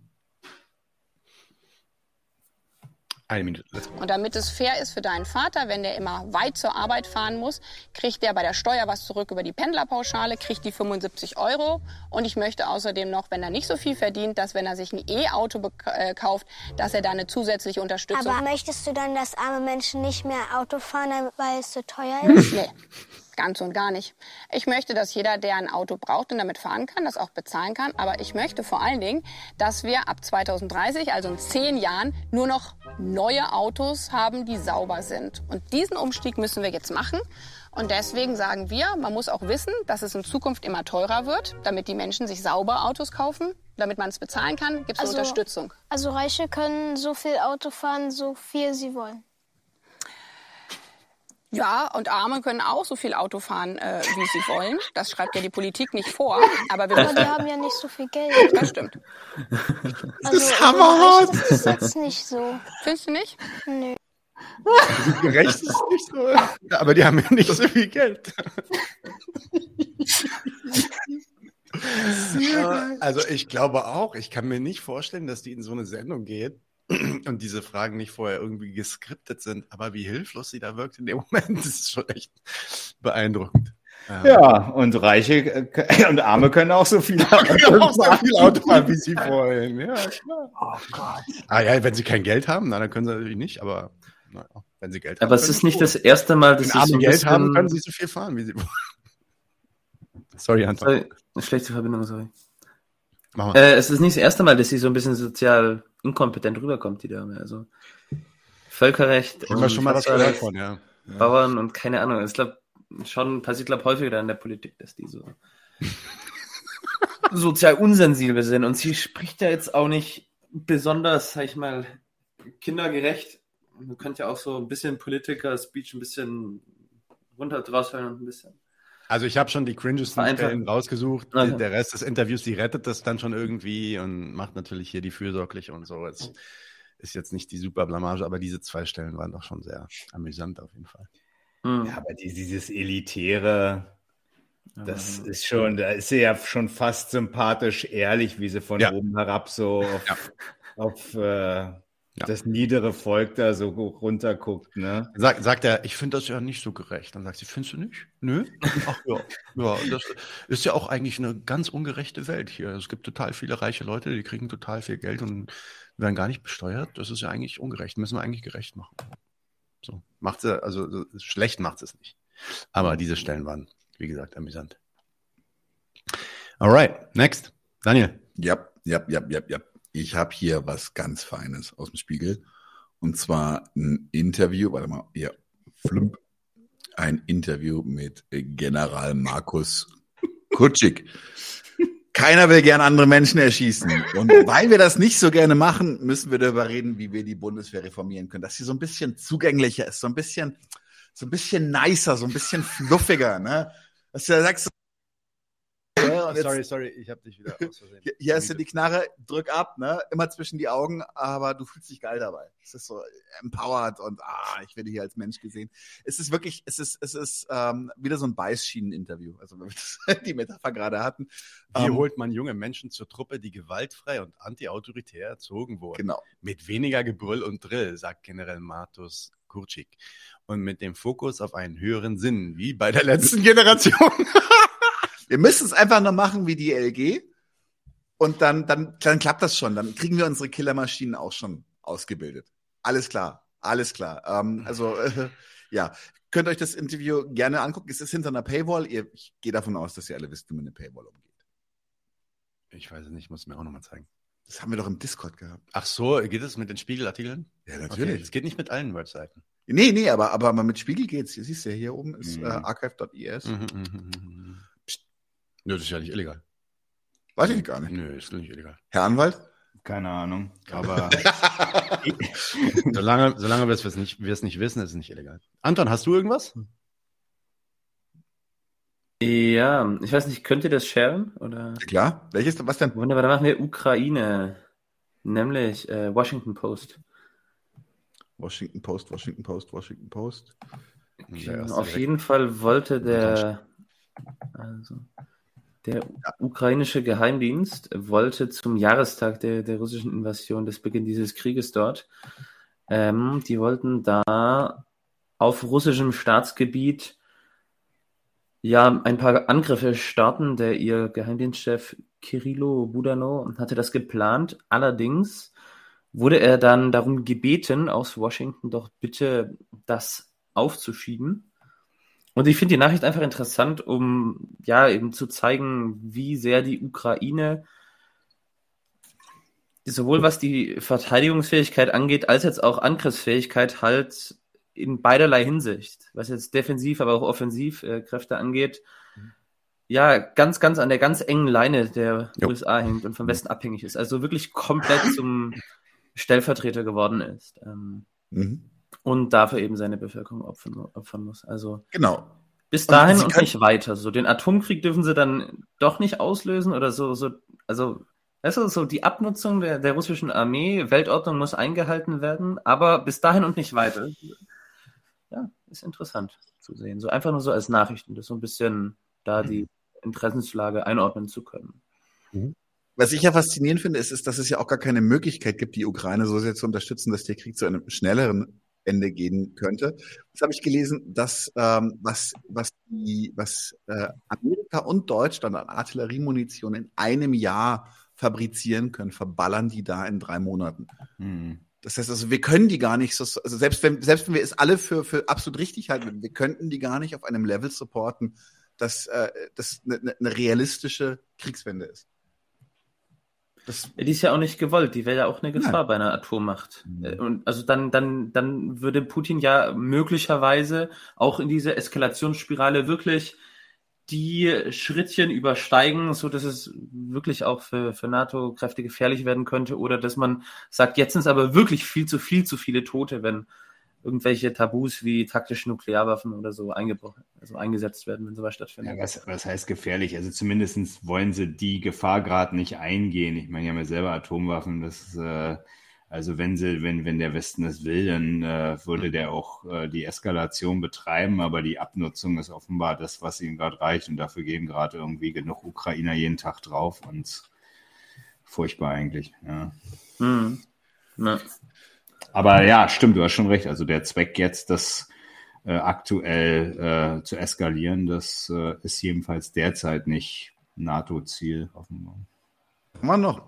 Eine Minute. Und damit es fair ist für deinen Vater, wenn der immer weit zur Arbeit fahren muss, kriegt der bei der Steuer was zurück über die Pendlerpauschale, kriegt die fünfundsiebzig Euro. Und ich möchte außerdem noch, wenn er nicht so viel verdient, dass wenn er sich ein E-Auto bek- äh, kauft, dass er da eine zusätzliche Unterstützung... Aber möchtest du dann, dass arme Menschen nicht mehr Auto fahren, weil es so teuer ist? Nee, ganz und gar nicht. Ich möchte, dass jeder, der ein Auto braucht und damit fahren kann, das auch bezahlen kann. Aber ich möchte vor allen Dingen, dass wir ab zweitausenddreißig, also in zehn Jahren, nur noch neue Autos haben, die sauber sind. Und diesen Umstieg müssen wir jetzt machen. Und deswegen sagen wir, man muss auch wissen, dass es in Zukunft immer teurer wird, damit die Menschen sich sauber Autos kaufen, damit man es bezahlen kann, gibt es Also- Unterstützung. Also Reiche können so viel Auto fahren, so viel sie wollen. Ja, und Arme können auch so viel Auto fahren, äh, wie sie wollen. Das schreibt ja die Politik nicht vor. Aber wir Aber müssen... die haben ja nicht so viel Geld. Das stimmt. Also, ist hammerhart. Das ist jetzt nicht so. Findest du nicht? Nö. Gerecht ist nicht so. Ja, aber die haben ja nicht so viel Geld. Also ich glaube auch, ich kann mir nicht vorstellen, dass die in so eine Sendung geht und diese Fragen nicht vorher irgendwie geskriptet sind, aber wie hilflos sie da wirkt in dem Moment, das ist schon echt beeindruckend. Ja, und Reiche äh, und Arme können auch so viel auch so viel Auto fahren, wie sie wollen. Ja, klar. Oh Gott. Ah ja, wenn sie kein Geld haben, na, dann können sie natürlich nicht, aber naja, wenn sie Geld haben. Aber es ist nicht das erste Mal, dass wenn sie Arme so ein Geld bisschen... haben, können sie so viel fahren, wie sie wollen. Sorry, Anton. Sorry, eine schlechte Verbindung, sorry. Mach mal. Äh, es ist nicht das erste Mal, dass sie so ein bisschen sozial inkompetent rüberkommt, die Dame. Also Völkerrecht, Haben wir schon mal was gehört Wasserrecht, von, ja. Ja. Bauern und keine Ahnung. Ich glaube, schon passiert, glaube häufiger in der Politik, dass die so sozial unsensibel sind. Und sie spricht ja jetzt auch nicht besonders, sag ich mal, kindergerecht. Man könnte ja auch so ein bisschen Politiker-Speech ein bisschen runter draus hören und ein bisschen. Also ich habe schon die cringesten Einfach- Stellen rausgesucht. Okay. Der Rest des Interviews, die rettet das dann schon irgendwie und macht natürlich hier die fürsorglich und so. Es ist jetzt nicht die super Blamage, aber diese zwei Stellen waren doch schon sehr amüsant auf jeden Fall. Hm. Ja, aber die- dieses Elitäre, das ist schon, da ist sie ja schon fast sympathisch ehrlich, wie sie von Ja. oben herab so auf, Ja. auf äh, das niedere Volk da so runterguckt, ne? Sag, sagt er, ich finde das ja nicht so gerecht. Dann sagt sie, findest du nicht? Nö? Ach ja, ja, das ist ja auch eigentlich eine ganz ungerechte Welt hier. Es gibt total viele reiche Leute, die kriegen total viel Geld und werden gar nicht besteuert. Das ist ja eigentlich ungerecht. Müssen wir eigentlich gerecht machen. So, macht sie, also so, schlecht macht es nicht. Aber diese Stellen waren, wie gesagt, amüsant. Alright, next. Daniel. Ja, ja, ja, ja, ja. Ich habe hier was ganz Feines aus dem Spiegel. Und zwar ein Interview, warte mal, hier, flump, ein Interview mit General Markus Kutschig. Keiner will gern andere Menschen erschießen. Und weil wir das nicht so gerne machen, müssen wir darüber reden, wie wir die Bundeswehr reformieren können. Dass sie so ein bisschen zugänglicher ist, so ein bisschen, so ein bisschen nicer, so ein bisschen fluffiger, ne? Dass du da sagst, ja, und jetzt, sorry, sorry, ich habe dich wieder aus Versehen. Hier, hier hast du die Knarre, drück ab, ne? Immer zwischen die Augen, aber du fühlst dich geil dabei. Es ist so empowered und ah, ich werde hier als Mensch gesehen. Es ist wirklich, es ist, es ist ähm, wieder so ein Beißschienen-Interview, also wenn wir die Metapher gerade hatten. Wie ähm, holt man junge Menschen zur Truppe, die gewaltfrei und antiautoritär erzogen wurden? Genau. Mit weniger Gebrüll und Drill, sagt General Martus Kurczyk. Und mit dem Fokus auf einen höheren Sinn, wie bei der letzten Generation. Wir müssen es einfach nur machen wie die L G und dann, dann, dann klappt das schon. Dann kriegen wir unsere Killermaschinen auch schon ausgebildet. Alles klar, alles klar. Ähm, also äh, ja, könnt euch das Interview gerne angucken. Es ist hinter einer Paywall. Ihr, ich gehe davon aus, dass ihr alle wisst, wie man eine Paywall umgeht. Ich weiß es nicht, muss mir auch nochmal zeigen. Das haben wir doch im Discord gehabt. Ach so, geht es mit den Spiegelartikeln? Ja, natürlich. Okay, das geht nicht mit allen Webseiten. Nee, nee, aber, aber mit Spiegel geht's. Hier siehst du ja, hier oben ist Mhm. äh, archive punkt i s. Mhm, mhm, mhm. Nö, das ist ja nicht illegal. Weiß ich gar nicht. Nö, ist nicht illegal. Herr Anwalt? Keine Ahnung, aber Solange, solange wir es nicht, wir es nicht wissen, ist es nicht illegal. Anton, hast du irgendwas? Ja, ich weiß nicht, könnt ihr das sharen? Oder? Klar. Welches, was denn? Wunderbar, dann machen wir Ukraine. Nämlich äh, Washington Post. Washington Post, Washington Post, Washington Post. Der erste Auf direkt. jeden Fall wollte der, also der ukrainische Geheimdienst wollte zum Jahrestag der, der russischen Invasion, des Beginn dieses Krieges dort, ähm, die wollten da auf russischem Staatsgebiet ja ein paar Angriffe starten. Der ihr Geheimdienstchef Kirillo Budanov hatte das geplant. Allerdings wurde er dann darum gebeten, aus Washington doch bitte das aufzuschieben. Und ich finde die Nachricht einfach interessant, um ja eben zu zeigen, wie sehr die Ukraine sowohl was die Verteidigungsfähigkeit angeht, als jetzt auch Angriffsfähigkeit halt in beiderlei Hinsicht, was jetzt defensiv, aber auch offensiv äh, Kräfte angeht, ja, ganz, ganz an der ganz engen Leine der Jo. U S A hängt und vom Westen abhängig ist. Also wirklich komplett zum Stellvertreter geworden ist. Ähm, Mhm. und dafür eben seine Bevölkerung opfern, opfern muss. Also Genau. bis Und dahin sie und können- nicht weiter. So den Atomkrieg dürfen sie dann doch nicht auslösen oder so, so, also, weißt du, so die Abnutzung der, der russischen Armee, Weltordnung muss eingehalten werden, aber bis dahin und nicht weiter. Ja, ist interessant zu sehen. So einfach nur so als Nachrichten, das so ein bisschen da die Interessenslage einordnen zu können. Was ich ja faszinierend finde, ist, ist, dass es ja auch gar keine Möglichkeit gibt, die Ukraine so sehr zu unterstützen, dass der Krieg zu einem schnelleren Ende gehen könnte. Das habe ich gelesen, dass ähm, was was die was äh, Amerika und Deutschland an Artilleriemunition in einem Jahr fabrizieren können, verballern die da in drei Monaten. hm. Das heißt also, wir können die gar nicht so, also selbst wenn selbst wenn wir es alle für für absolut richtig halten, wir könnten die gar nicht auf einem Level supporten, dass äh, das eine, eine realistische Kriegswende ist. Das, Die ist ja auch nicht gewollt, die wäre ja auch eine Gefahr Nein. bei einer Atommacht. Äh, Und also dann, dann, dann würde Putin ja möglicherweise auch in diese Eskalationsspirale wirklich die Schrittchen übersteigen, so dass es wirklich auch für, für NATO-Kräfte gefährlich werden könnte, oder dass man sagt, jetzt sind es aber wirklich viel zu viel zu viele Tote, wenn irgendwelche Tabus wie taktische Nuklearwaffen oder so eingebrochen, also eingesetzt werden, wenn sowas stattfindet. Ja, was, was heißt gefährlich? Also zumindest wollen sie die Gefahr gerade nicht eingehen. Ich meine, die haben ja selber Atomwaffen. Das, äh, also wenn sie, wenn, wenn der Westen das will, dann äh, würde der auch äh, die Eskalation betreiben, aber die Abnutzung ist offenbar das, was ihnen gerade reicht. Und dafür gehen gerade irgendwie genug Ukrainer jeden Tag drauf und furchtbar eigentlich, ja. Hm. Ja. Aber ja, stimmt, du hast schon recht. Also der Zweck jetzt, das äh, aktuell äh, zu eskalieren, das äh, ist jedenfalls derzeit nicht NATO-Ziel offenbar. haben wir noch.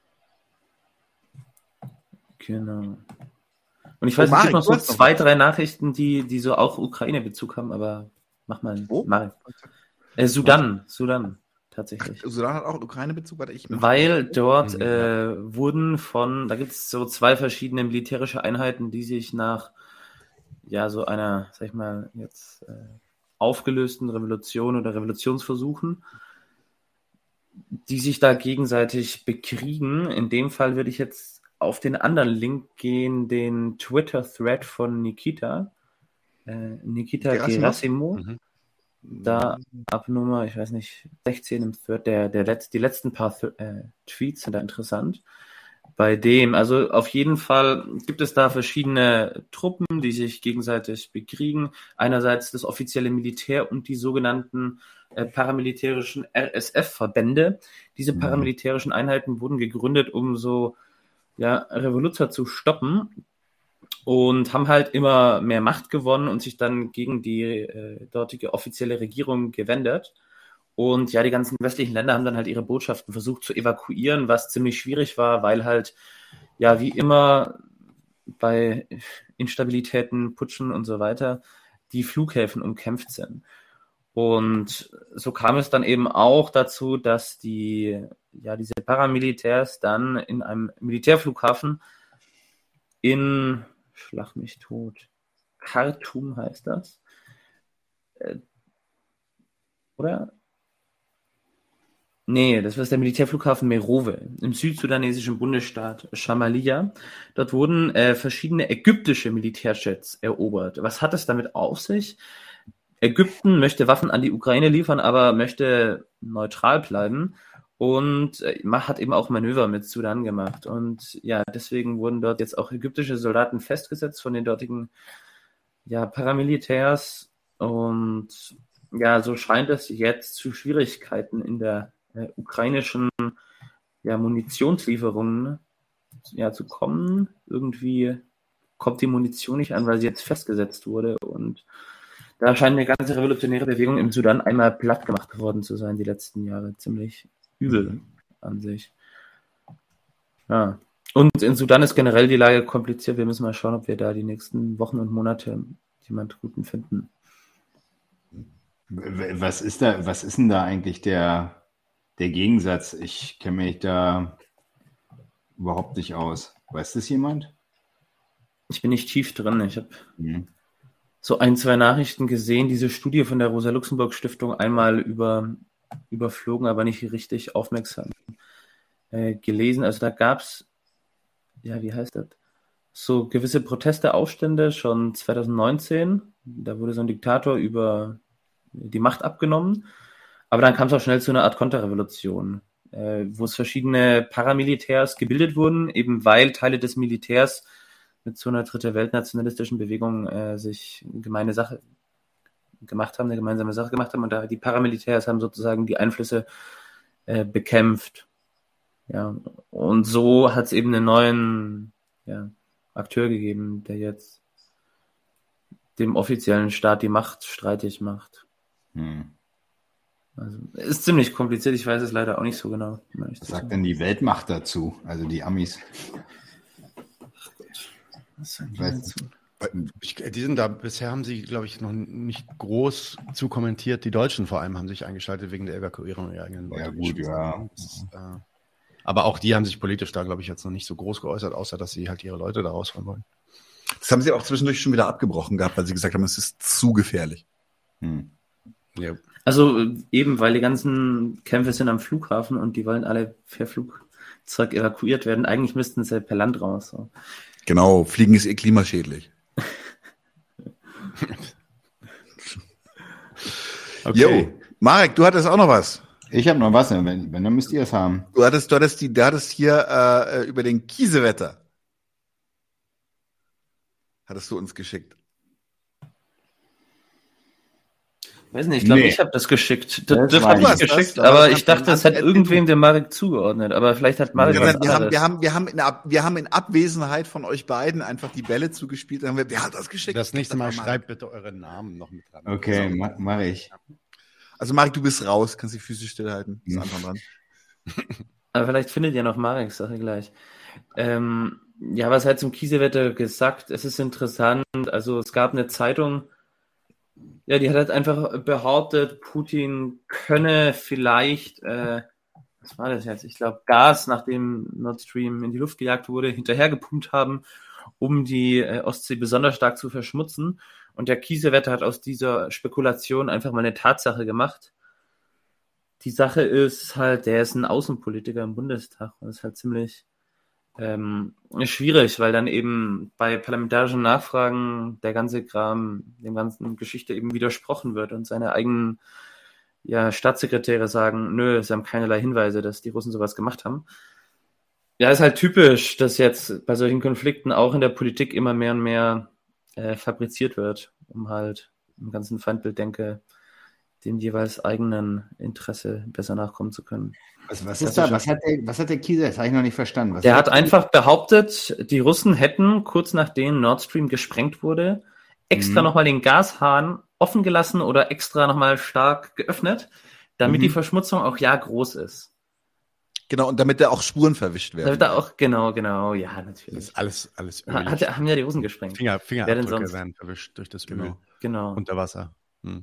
Genau. Und ich weiß, Oh, es gibt Marek, noch du so hast noch zwei, was. drei Nachrichten, die, die so auch Ukraine-Bezug haben, aber mach mal, Wo? Marek. Äh, Sudan, Sudan, tatsächlich. Sudan hat auch einen Ukraine-Bezug, warte, ich Weil dort Mhm. äh, wurden von, da gibt es so zwei verschiedene militärische Einheiten, die sich nach ja so einer, sag ich mal, jetzt äh, aufgelösten Revolution oder Revolutionsversuchen die sich da gegenseitig bekriegen. In dem Fall würde ich jetzt auf den anderen Link gehen, den Twitter-Thread von Nikita. Äh, Nikita Gerasimov. Mhm. Da ab Nummer, ich weiß nicht, sechzehn im Thread, der, der Letz-, die letzten paar äh, Tweets sind da interessant. Bei dem, also auf jeden Fall gibt es da verschiedene Truppen, die sich gegenseitig bekriegen. Einerseits das offizielle Militär und die sogenannten äh, paramilitärischen R S F-Verbände. Diese paramilitärischen Einheiten wurden gegründet, um so ja, Revoluzer zu stoppen und haben halt immer mehr Macht gewonnen und sich dann gegen die äh, dortige offizielle Regierung gewendet. Und ja, die ganzen westlichen Länder haben dann halt ihre Botschaften versucht zu evakuieren, was ziemlich schwierig war, weil halt, ja, wie immer bei Instabilitäten, Putschen und so weiter, die Flughäfen umkämpft sind. Und so kam es dann eben auch dazu, dass die, ja, diese Paramilitärs dann in einem Militärflughafen in, schlag mich tot, Khartoum heißt das, äh, oder? Nee, das war der Militärflughafen Merowe im südsudanesischen Bundesstaat Somalia. Dort wurden äh, verschiedene ägyptische Militärjets erobert. Was hat es damit auf sich? Ägypten möchte Waffen an die Ukraine liefern, aber möchte neutral bleiben und äh, hat eben auch Manöver mit Sudan gemacht. Und ja, deswegen wurden dort jetzt auch ägyptische Soldaten festgesetzt von den dortigen ja, Paramilitärs. Und ja, so scheint es jetzt zu Schwierigkeiten in der äh, ukrainischen ja, Munitionslieferungen ja, zu kommen. Irgendwie kommt die Munition nicht an, weil sie jetzt festgesetzt wurde. Und da scheint eine ganze revolutionäre Bewegung im Sudan einmal platt gemacht worden zu sein, die letzten Jahre. Ziemlich übel an sich. Ja. Und in Sudan ist generell die Lage kompliziert. Wir müssen mal schauen, ob wir da die nächsten Wochen und Monate jemanden Guten finden. Was ist da, was ist denn da eigentlich der, der Gegensatz? Ich kenne mich da überhaupt nicht aus. Weiß das jemand? Ich bin nicht tief drin. Ich habe mhm. so ein, zwei Nachrichten gesehen, diese Studie von der Rosa-Luxemburg-Stiftung einmal über, überflogen, aber nicht richtig aufmerksam äh, gelesen. Also da gab es, ja, wie heißt das? So gewisse Proteste, Aufstände schon zwanzig neunzehn. Da wurde so ein Diktator über die Macht abgenommen. Aber dann kam es auch schnell zu einer Art Konterrevolution, äh, wo es verschiedene Paramilitärs gebildet wurden, eben weil Teile des Militärs mit so einer dritte Weltnationalistischen Bewegung äh, sich eine gemeine Sache gemacht haben, eine gemeinsame Sache gemacht haben. Und da die Paramilitärs haben sozusagen die Einflüsse äh, bekämpft. Ja, und so hat es eben einen neuen ja, Akteur gegeben, der jetzt dem offiziellen Staat die Macht streitig macht. Hm. Also, ist ziemlich kompliziert, ich weiß es leider auch nicht so genau. Was sagt denn die Weltmacht dazu? Also die Amis? Was sagen die dazu? Ich, die sind da, bisher haben sie, glaube ich, noch nicht groß zu kommentiert. Die Deutschen vor allem haben sich eingeschaltet wegen der Evakuierung ihrer eigenen Leute. Ja, gut, ja. Ist, äh, aber auch die haben sich politisch da, glaube ich, jetzt noch nicht so groß geäußert, außer dass sie halt ihre Leute da rausholen wollen. Das haben sie auch zwischendurch schon wieder abgebrochen gehabt, weil sie gesagt haben, es ist zu gefährlich. Hm. Ja. Also eben, weil die ganzen Kämpfe sind am Flughafen und die wollen alle per Flugzeug evakuiert werden. Eigentlich müssten sie per Land raus. So. Genau, Fliegen ist eh klimaschädlich. Okay. Jo, Marek, du hattest auch noch was. Ich habe noch was, wenn, wenn dann müsst ihr es haben. Du hattest, du hattest, die, du hattest hier äh, über den Kiesewetter. Hattest du uns geschickt. Weiß nicht, ich glaube, Nee. ich habe das geschickt. Das, Das das war habe ich was, geschickt, das? aber Aber ich dachte, das hat irgendwem dem Marek zugeordnet. Aber vielleicht hat Marek Wir, was haben, wir, haben, anderes. wir, haben, wir, haben in Ab, wir haben in Abwesenheit von euch beiden einfach die Bälle zugespielt. Dann haben wir, wer hat das geschickt? Das nächste Mal war Marek. schreibt bitte euren Namen noch mit dran. Okay, ma, mache ich. Also Marek, du bist raus, kannst die Füße stillhalten. Ist Mhm. einfach dran. Aber vielleicht findet ihr noch Mareks Sache gleich. Ähm, ja, was hat zum Kiesewetter gesagt? Es ist interessant. Also es gab eine Zeitung, ja, die hat halt einfach behauptet, Putin könne vielleicht, äh, was war das jetzt? Ich glaube, Gas, nachdem Nord Stream in die Luft gejagt wurde, hinterhergepumpt haben, um die äh, Ostsee besonders stark zu verschmutzen. Und der Kiesewetter hat aus dieser Spekulation einfach mal eine Tatsache gemacht. die Sache ist halt, der ist ein Außenpolitiker im Bundestag und das ist halt ziemlich ähm, schwierig, weil dann eben bei parlamentarischen Nachfragen der ganze Kram, dem ganzen Geschichte eben widersprochen wird und seine eigenen ja, Staatssekretäre sagen, nö, sie haben keinerlei Hinweise, dass die Russen sowas gemacht haben. Ja, ist halt typisch, dass jetzt bei solchen Konflikten auch in der Politik immer mehr und mehr äh, fabriziert wird, um halt im ganzen Feindbilddenke dem jeweils eigenen Interesse besser nachkommen zu können. Was, was ist da? Was hat der, was hat der Kieser? Das habe ich noch nicht verstanden. Was der hat einfach behauptet, die Russen hätten, kurz nachdem Nord Stream gesprengt wurde, extra mhm. nochmal den Gashahn offen gelassen oder extra nochmal stark geöffnet, damit mhm. die Verschmutzung auch ja groß ist. Genau, und damit da auch Spuren verwischt werden. Damit da auch, genau, genau, ja, natürlich. Das ist alles, alles Öl. Hat, haben ja die Russen gesprengt. Finger, Fingerabdrücke werden verwischt durch das genau. Öl. Genau. Unter Wasser. Hm.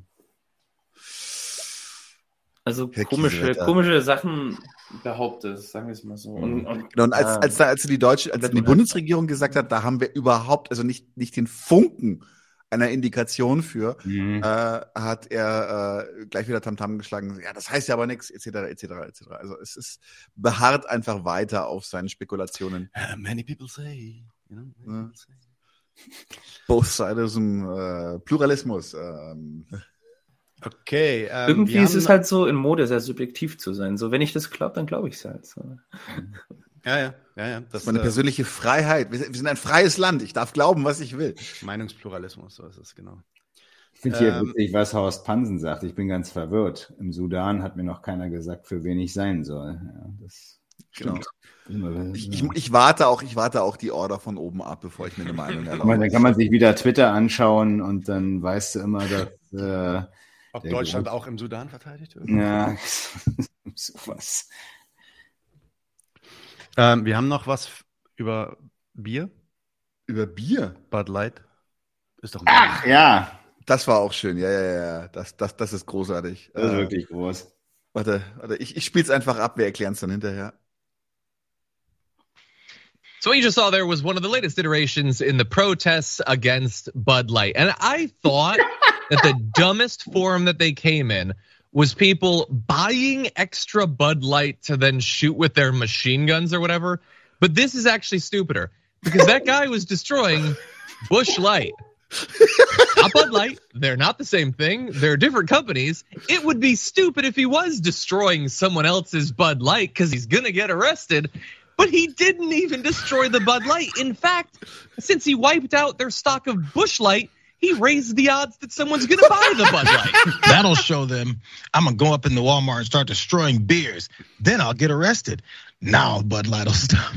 Also komische, komische Sachen behauptet, sagen wir es mal so. Und, und, genau, und als, ja, als, als die deutsche, als die Bundesregierung gesagt hat, da haben wir überhaupt, also nicht, nicht den Funken einer Indikation für, mhm. äh, hat er äh, gleich wieder Tamtam geschlagen. Ja, das heißt ja aber nichts, et cetera, et cetera, et cetera. Also es ist beharrt einfach weiter auf seinen Spekulationen. Uh, many people say, you know, many people say. Both sides äh, Pluralismus. Ähm. Okay. Ähm, Irgendwie ist es halt so in Mode, sehr subjektiv zu sein. So, wenn ich das glaube, dann glaube ich es halt. So. Ja, ja, ja, ja. Das ist meine äh, persönliche Freiheit. Wir, wir sind ein freies Land. Ich darf glauben, was ich will. Meinungspluralismus, so ist es, genau. Ich finde hier ähm, witzig, was Horst Pansen sagt. Ich bin ganz verwirrt. Im Sudan hat mir noch keiner gesagt, für wen ich sein soll. Ja, das genau. Ich, ich, ich warte auch, ich warte auch die Order von oben ab, bevor ich mir eine Meinung erlaube. Dann kann man sich wieder Twitter anschauen und dann weißt du immer, dass äh, ob Deutschland Grund, auch im Sudan verteidigt wird. Ja, sowas. Ähm, wir haben noch was über Bier. Über Bier? Bud Light. Ist doch ein Ach, Bier. Ja. Das war auch schön. Ja, ja, ja. Das, das, das ist großartig. Das ist äh, wirklich groß. Warte, warte. Ich, ich spiel's einfach ab. Wir erklären es dann hinterher. So what you just saw there was one of the latest iterations in the protests against Bud Light. And I thought that the dumbest form that they came in was people buying extra Bud Light to then shoot with their machine guns or whatever. But this is actually stupider because that guy was destroying Busch Light. Not Bud Light. They're not the same thing. They're different companies. It would be stupid if he was destroying someone else's Bud Light because he's going to get arrested. But he didn't even destroy the Bud Light. In fact, since he wiped out their stock of Busch Light, he raised the odds that someone's going to buy the Bud Light. That'll show them I'm going to go up in the Walmart and start destroying beers. Then I'll get arrested. Now Bud Light will stop.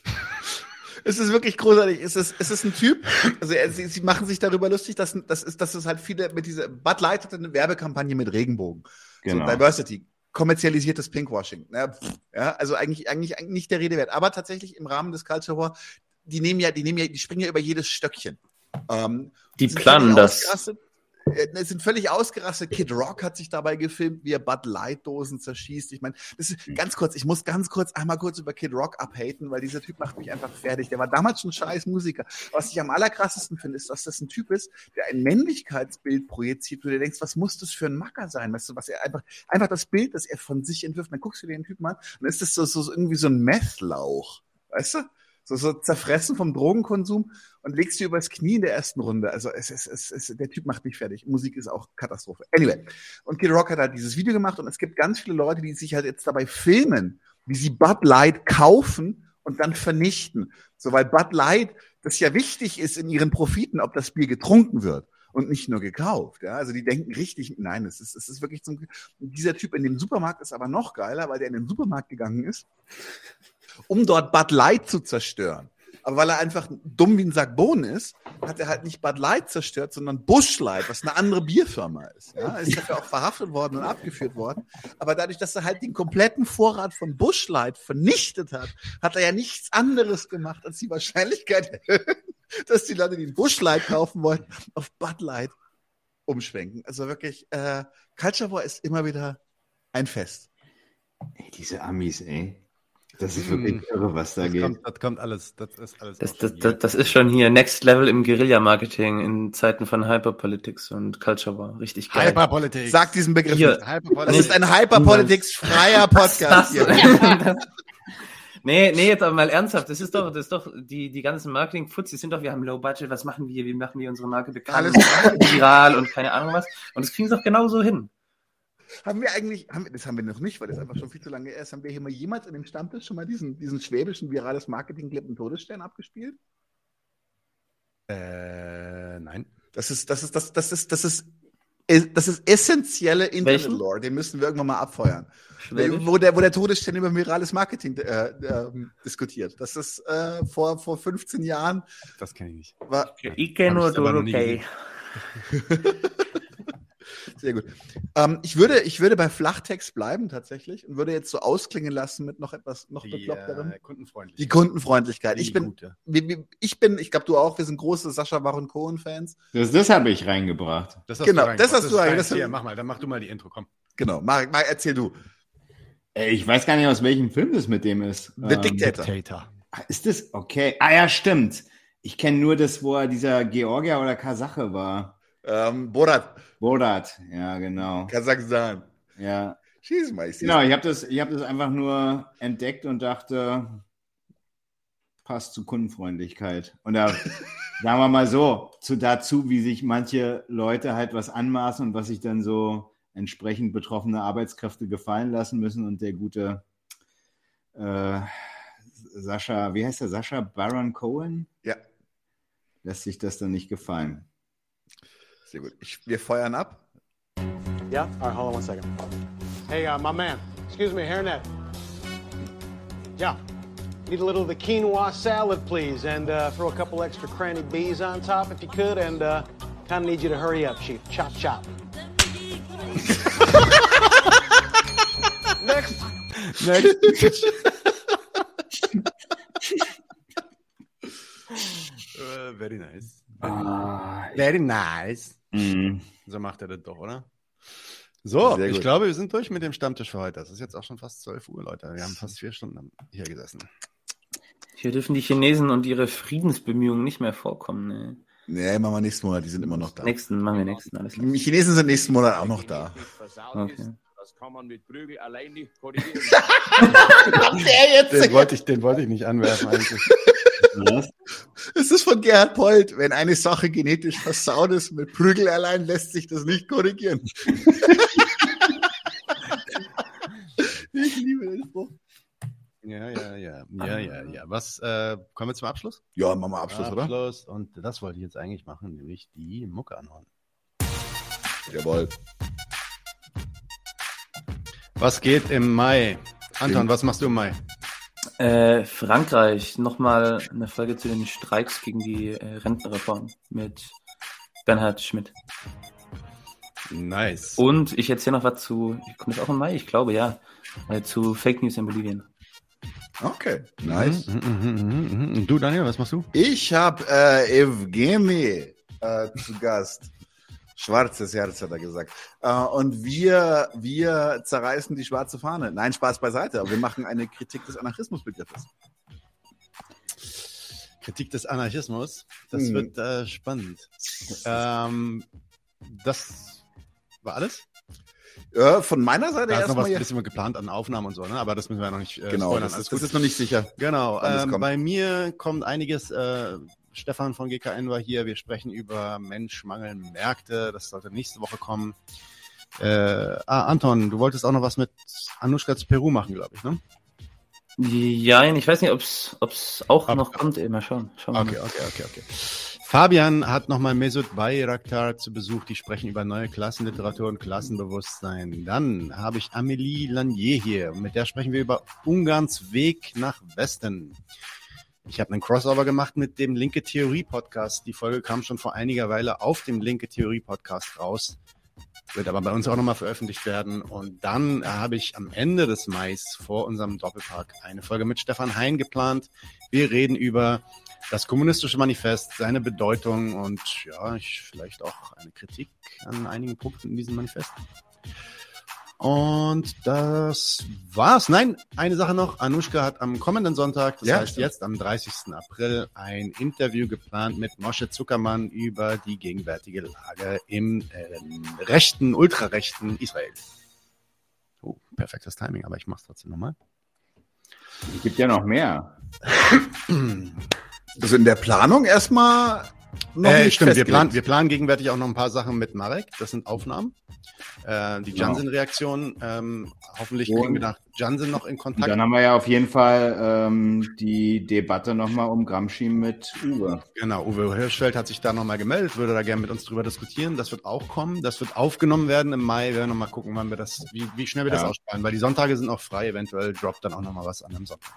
Es ist wirklich großartig. Es ist, es ist ein Typ, also er, sie, sie machen sich darüber lustig, dass, dass, es, dass es halt viele mit dieser, Bud Light hatte eine Werbekampagne mit Regenbogen. Genau. So Diversity. Kommerzialisiertes Pinkwashing. Ja, ja, also eigentlich, eigentlich, eigentlich nicht der Rede wert. Aber tatsächlich im Rahmen des Culture War, die nehmen ja, die nehmen ja, die springen ja über jedes Stöckchen. Ähm, die planen das. Es sind völlig ausgerastet. Kid Rock hat sich dabei gefilmt, wie er Bud Light Dosen zerschießt. Ich meine, das ist ganz kurz, ich muss ganz kurz einmal kurz über Kid Rock abhaten, weil dieser Typ macht mich einfach fertig. Der war damals schon scheiß Musiker. Was ich am allerkrassesten finde, ist, dass das ein Typ ist, der ein Männlichkeitsbild projiziert, wo du denkst, was muss das für ein Macker sein? Weißt du, was er einfach, einfach das Bild, das er von sich entwirft. Dann guckst du dir den Typen an und dann ist das so, so irgendwie so ein Meth-Lauch. Weißt du? So, so zerfressen vom Drogenkonsum und legst du übers Knie in der ersten Runde. Also es, es, es, es, der Typ macht mich fertig. Musik ist auch Katastrophe. Anyway. Und Kid Rock hat halt dieses Video gemacht und es gibt ganz viele Leute, die sich halt jetzt dabei filmen, wie sie Bud Light kaufen und dann vernichten. So, weil Bud Light, das ja wichtig ist in ihren Profiten, ob das Bier getrunken wird und nicht nur gekauft. Ja, also die denken richtig, nein, es ist, es ist wirklich zum, dieser Typ in dem Supermarkt ist aber noch geiler, weil der in den Supermarkt gegangen ist, um dort Bud Light zu zerstören. Aber weil er einfach dumm wie ein Sack Bohnen ist, hat er halt nicht Bud Light zerstört, sondern Busch Light, was eine andere Bierfirma ist. Ja, ist dafür auch verhaftet worden und abgeführt worden. Aber dadurch, dass er halt den kompletten Vorrat von Busch Light vernichtet hat, hat er ja nichts anderes gemacht, als die Wahrscheinlichkeit erhöhen, dass die Leute, die einen Busch Light kaufen wollten, auf Bud Light umschwenken. Also wirklich, äh, Culture War ist immer wieder ein Fest. Ey, diese Amis, ey. Das ist wirklich irre, was da das geht. Kommt, das kommt alles, das ist alles. Das, das, das, das ist schon hier Next Level im Guerilla-Marketing in Zeiten von Hyperpolitics und Culture War. Richtig geil. Hyperpolitics. Sag diesen Begriff Hier. nicht. Das ist ein Hyperpolitics-freier Podcast hier. Nee, nee, jetzt aber mal ernsthaft. Das ist doch, das ist doch, die, die ganzen Marketing-Foods, die sind doch, wir haben Low Budget, was machen wir? Wie machen wir unsere Marke bekannt? Alles viral und keine Ahnung was. Und das kriegen sie doch genauso hin. Haben wir eigentlich, haben wir, das haben wir noch nicht, weil das einfach schon viel zu lange ist, haben wir hier mal jemals in dem Stammtisch schon mal diesen, diesen schwäbischen virales Marketing-Clip im Todesstern abgespielt? Äh, nein. Das ist, das ist, das, das ist, das ist, das ist essentielle Internet-Lore, den müssen wir irgendwann mal abfeuern. Schwäbisch? Wo der, wo der Todesstern über virales Marketing äh, äh, diskutiert. Das ist äh, vor, vor fünfzehn Jahren. Das kenne ich nicht. War, Ich kenne nur du, okay. Sehr gut. Ähm, ich, würde, ich würde bei Flachtext bleiben tatsächlich und würde jetzt so ausklingen lassen mit noch etwas noch Die bekloppterem. äh, Kundenfreundlichkeit. Die Kundenfreundlichkeit. Die Ich bin, gute. wir, wir, ich bin, ich glaube du auch, wir sind große Sascha Baron Cohen-Fans. Das, das habe ich reingebracht. Das hast Genau, du reingebracht. das hast du ist reingebracht. deins. Hier, mach mal, dann mach du mal die Intro, komm. Genau, Marek, Marek, erzähl du. Ey, Ich weiß gar nicht, aus welchem Film das mit dem ist. The Ähm, Dictator. Dictator. Ist das okay? Ah ja, stimmt. Ich kenne nur das, wo er dieser Georgier oder Kasache war. Ähm, Borat, Borat, ja, genau. Kasachstan. Ja. Schieß mal, ich seh's. Genau, ich habe das, ich hab das einfach nur entdeckt und dachte, passt zu Kundenfreundlichkeit. Und da, sagen wir mal so, zu dazu, wie sich manche Leute halt was anmaßen und was sich dann so entsprechend betroffene Arbeitskräfte gefallen lassen müssen. Und der gute äh, Sascha, wie heißt der, Sascha Baron Cohen? Ja, Lässt sich das dann nicht gefallen. sehr gut. Ich, wir feuern ab. Yeah? All right, hold on one second. Hey, uh, my man. Excuse me, hairnet. Yeah. Need a little of the quinoa salad, please, and uh, throw a couple extra cranny bees on top if you could, and uh, kind of need you to hurry up, Chief. Chop, chop. Next. Next. uh, very nice. Ah, Very nice. mh. So macht er das doch, oder? So, Sehr ich gut. glaube, wir sind durch mit dem Stammtisch für heute. Das ist jetzt auch schon fast zwölf Uhr, Leute. Wir haben fast vier Stunden hier gesessen. Hier dürfen die Chinesen und ihre Friedensbemühungen nicht mehr vorkommen. Ne? Nee, machen wir nächsten Monat, die sind immer noch da. Nächsten, machen wir nächsten, alles klar. Die Chinesen sind nächsten Monat auch noch da. Okay. Das kann man mit Prügel allein nicht korrigieren. Der jetzt? Den wollte ich, den wollte ich nicht anwerfen eigentlich. Was? Es ist von Gerhard Polt. Wenn eine Sache genetisch versaut ist, mit Prügel allein lässt sich das nicht korrigieren. Ich liebe den Spruch. Ja, ja, ja, ja, ja, ja. Was, äh, kommen wir zum Abschluss? Ja, machen wir Abschluss, oder? Abschluss. Und das wollte ich jetzt eigentlich machen, nämlich die Mucke anhauen. Jawohl. Was geht im Mai? Anton, was machst du im Mai? Äh, Frankreich, nochmal eine Folge zu den Streiks gegen die äh, Rentenreform mit Bernhard Schmidt. Nice. Und ich erzähle noch was zu, kommt das auch im Mai? Ich glaube, ja. Äh, zu Fake News in Bolivien. Okay, nice. Mhm, mhm, mhm, mhm. Und du, Daniel, was machst du? Ich habe äh, Evgeny äh, zu Gast. Schwarzes Herz, hat er gesagt. Äh, und wir, wir zerreißen die schwarze Fahne. Nein, Spaß beiseite, aber wir machen eine Kritik des Anarchismusbegriffes. Kritik des Anarchismus. Das Mhm. wird äh, spannend. Ähm, das war alles? Äh, von meiner Seite Da ist noch was erstmal. ein bisschen geplant an Aufnahmen und so, ne? Aber das müssen wir ja noch nicht äh, Genau, spoilern. das Alles ist, das gut. ist noch nicht sicher. Genau. wann es Ähm, kommt. bei mir kommt einiges. Äh, Stefan von G K N war hier. Wir sprechen über Mensch, Mangel, Märkte. Das sollte nächste Woche kommen. Äh, ah, Anton, du wolltest auch noch was mit Anushkas Peru machen, glaube ich, ne? Ja, ich weiß nicht, ob es auch Ab- noch kommt. Immer schauen. schauen wir Okay, mal. okay, okay, okay. Fabian hat nochmal Mesut Bayraktar zu Besuch. Die sprechen über neue Klassenliteratur und Klassenbewusstsein. Dann habe ich Amélie Lanier hier. Mit der sprechen wir über Ungarns Weg nach Westen. Ich habe einen Crossover gemacht mit dem Linke Theorie Podcast. Die Folge kam schon vor einiger Weile auf dem Linke Theorie Podcast raus. Wird aber bei uns auch nochmal veröffentlicht werden. Und dann habe ich am Ende des Mais vor unserem Doppelpark eine Folge mit Stefan Hein geplant. Wir reden über das kommunistische Manifest, seine Bedeutung und ja, ich, vielleicht auch eine Kritik an einigen Punkten in diesem Manifest. Und das war's. Nein, eine Sache noch. Anushka hat am kommenden Sonntag, das Ja, heißt stimmt. jetzt am dreißigsten April, ein Interview geplant mit Moshe Zuckermann über die gegenwärtige Lage im ähm, rechten, ultrarechten Israel. Oh, perfektes Timing, aber ich mach's trotzdem nochmal. Es gibt ja noch mehr. Also in der Planung erstmal noch Äh, nicht stimmt, wir festgelegt. planen, wir planen gegenwärtig auch noch ein paar Sachen mit Marek. Das sind Aufnahmen. Äh, die Genau. Jansen-Reaktion. Ähm, hoffentlich Und- kriegen wir nach Jansen noch in Und Kontakt. dann haben wir ja auf jeden Fall ähm, die Debatte nochmal um Gramsci mit Uwe. Genau, Uwe Hirschfeld hat sich da nochmal gemeldet, würde da gerne mit uns drüber diskutieren. Das wird auch kommen. Das wird aufgenommen werden im Mai. Wir werden nochmal gucken, wann wir das, wie, wie schnell wir das Ja. ausstrahlen, weil die Sonntage sind auch frei. Eventuell droppt dann auch nochmal was an einem Sonntag.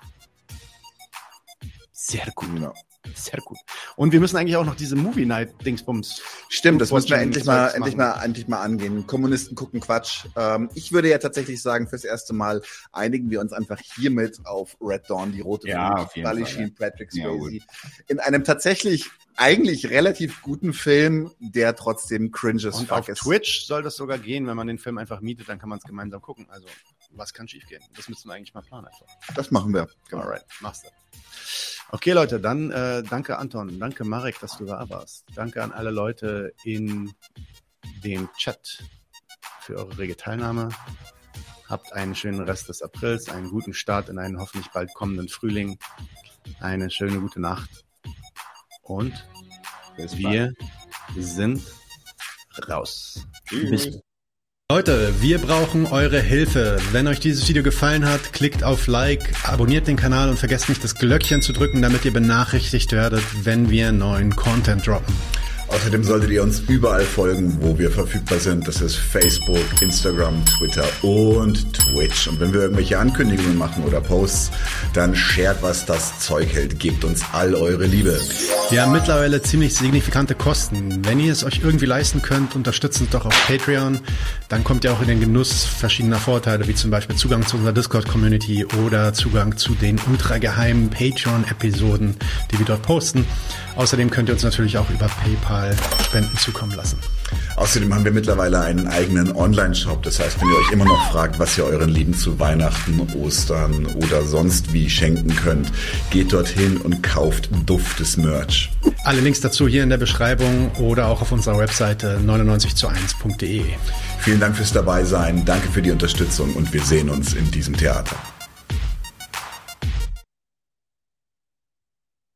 Sehr gut. Genau. Sehr gut. Und wir müssen eigentlich auch noch diese Movie Night Dingsbums. Stimmt, das müssen wir Watching endlich mal, Zeugs endlich machen. mal, endlich mal angehen. Kommunisten gucken Quatsch. Ähm, ich würde ja tatsächlich sagen, fürs erste Mal einigen wir uns einfach hiermit auf Red Dawn, die rote Ja, Flut, auf jeden Charlie Fall, Sheen, Patrick Ja, Swayze. In einem tatsächlich eigentlich relativ guten Film, der trotzdem cringe as Und fuck auf ist. Twitch soll das sogar gehen, wenn man den Film einfach mietet, dann kann man es gemeinsam gucken. Also, was kann schief gehen? Das müssen wir eigentlich mal planen einfach. Das machen wir. Genau. Alright, machst du. Okay, Leute, dann äh, danke Anton, danke Marek, dass du da warst. Danke an alle Leute in dem Chat für eure rege Teilnahme. Habt einen schönen Rest des Aprils, einen guten Start in einen hoffentlich bald kommenden Frühling. Eine schöne gute Nacht. Und Bis wir sind raus. Tschüss. Leute, wir brauchen eure Hilfe. Wenn euch dieses Video gefallen hat, klickt auf Like, abonniert den Kanal und vergesst nicht das Glöckchen zu drücken, damit ihr benachrichtigt werdet, wenn wir neuen Content droppen. Außerdem solltet ihr uns überall folgen, wo wir verfügbar sind. Das ist Facebook, Instagram, Twitter und Twitch. Und wenn wir irgendwelche Ankündigungen machen oder Posts, dann shared, was das Zeug hält. Gebt uns all eure Liebe. Wir haben mittlerweile ziemlich signifikante Kosten. Wenn ihr es euch irgendwie leisten könnt, unterstützt uns doch auf Patreon. Dann kommt ihr auch in den Genuss verschiedener Vorteile, wie zum Beispiel Zugang zu unserer Discord-Community oder Zugang zu den ultrageheimen Patreon-Episoden, die wir dort posten. Außerdem könnt ihr uns natürlich auch über PayPal Spenden zukommen lassen. Außerdem haben wir mittlerweile einen eigenen Online-Shop. Das heißt, wenn ihr euch immer noch fragt, was ihr euren Lieben zu Weihnachten, Ostern oder sonst wie schenken könnt, geht dorthin und kauft duftes Merch. Alle Links dazu hier in der Beschreibung oder auch auf unserer Webseite neunundneunzig zu eins punkt de. Vielen Dank fürs Dabeisein, danke für die Unterstützung und wir sehen uns in diesem Theater.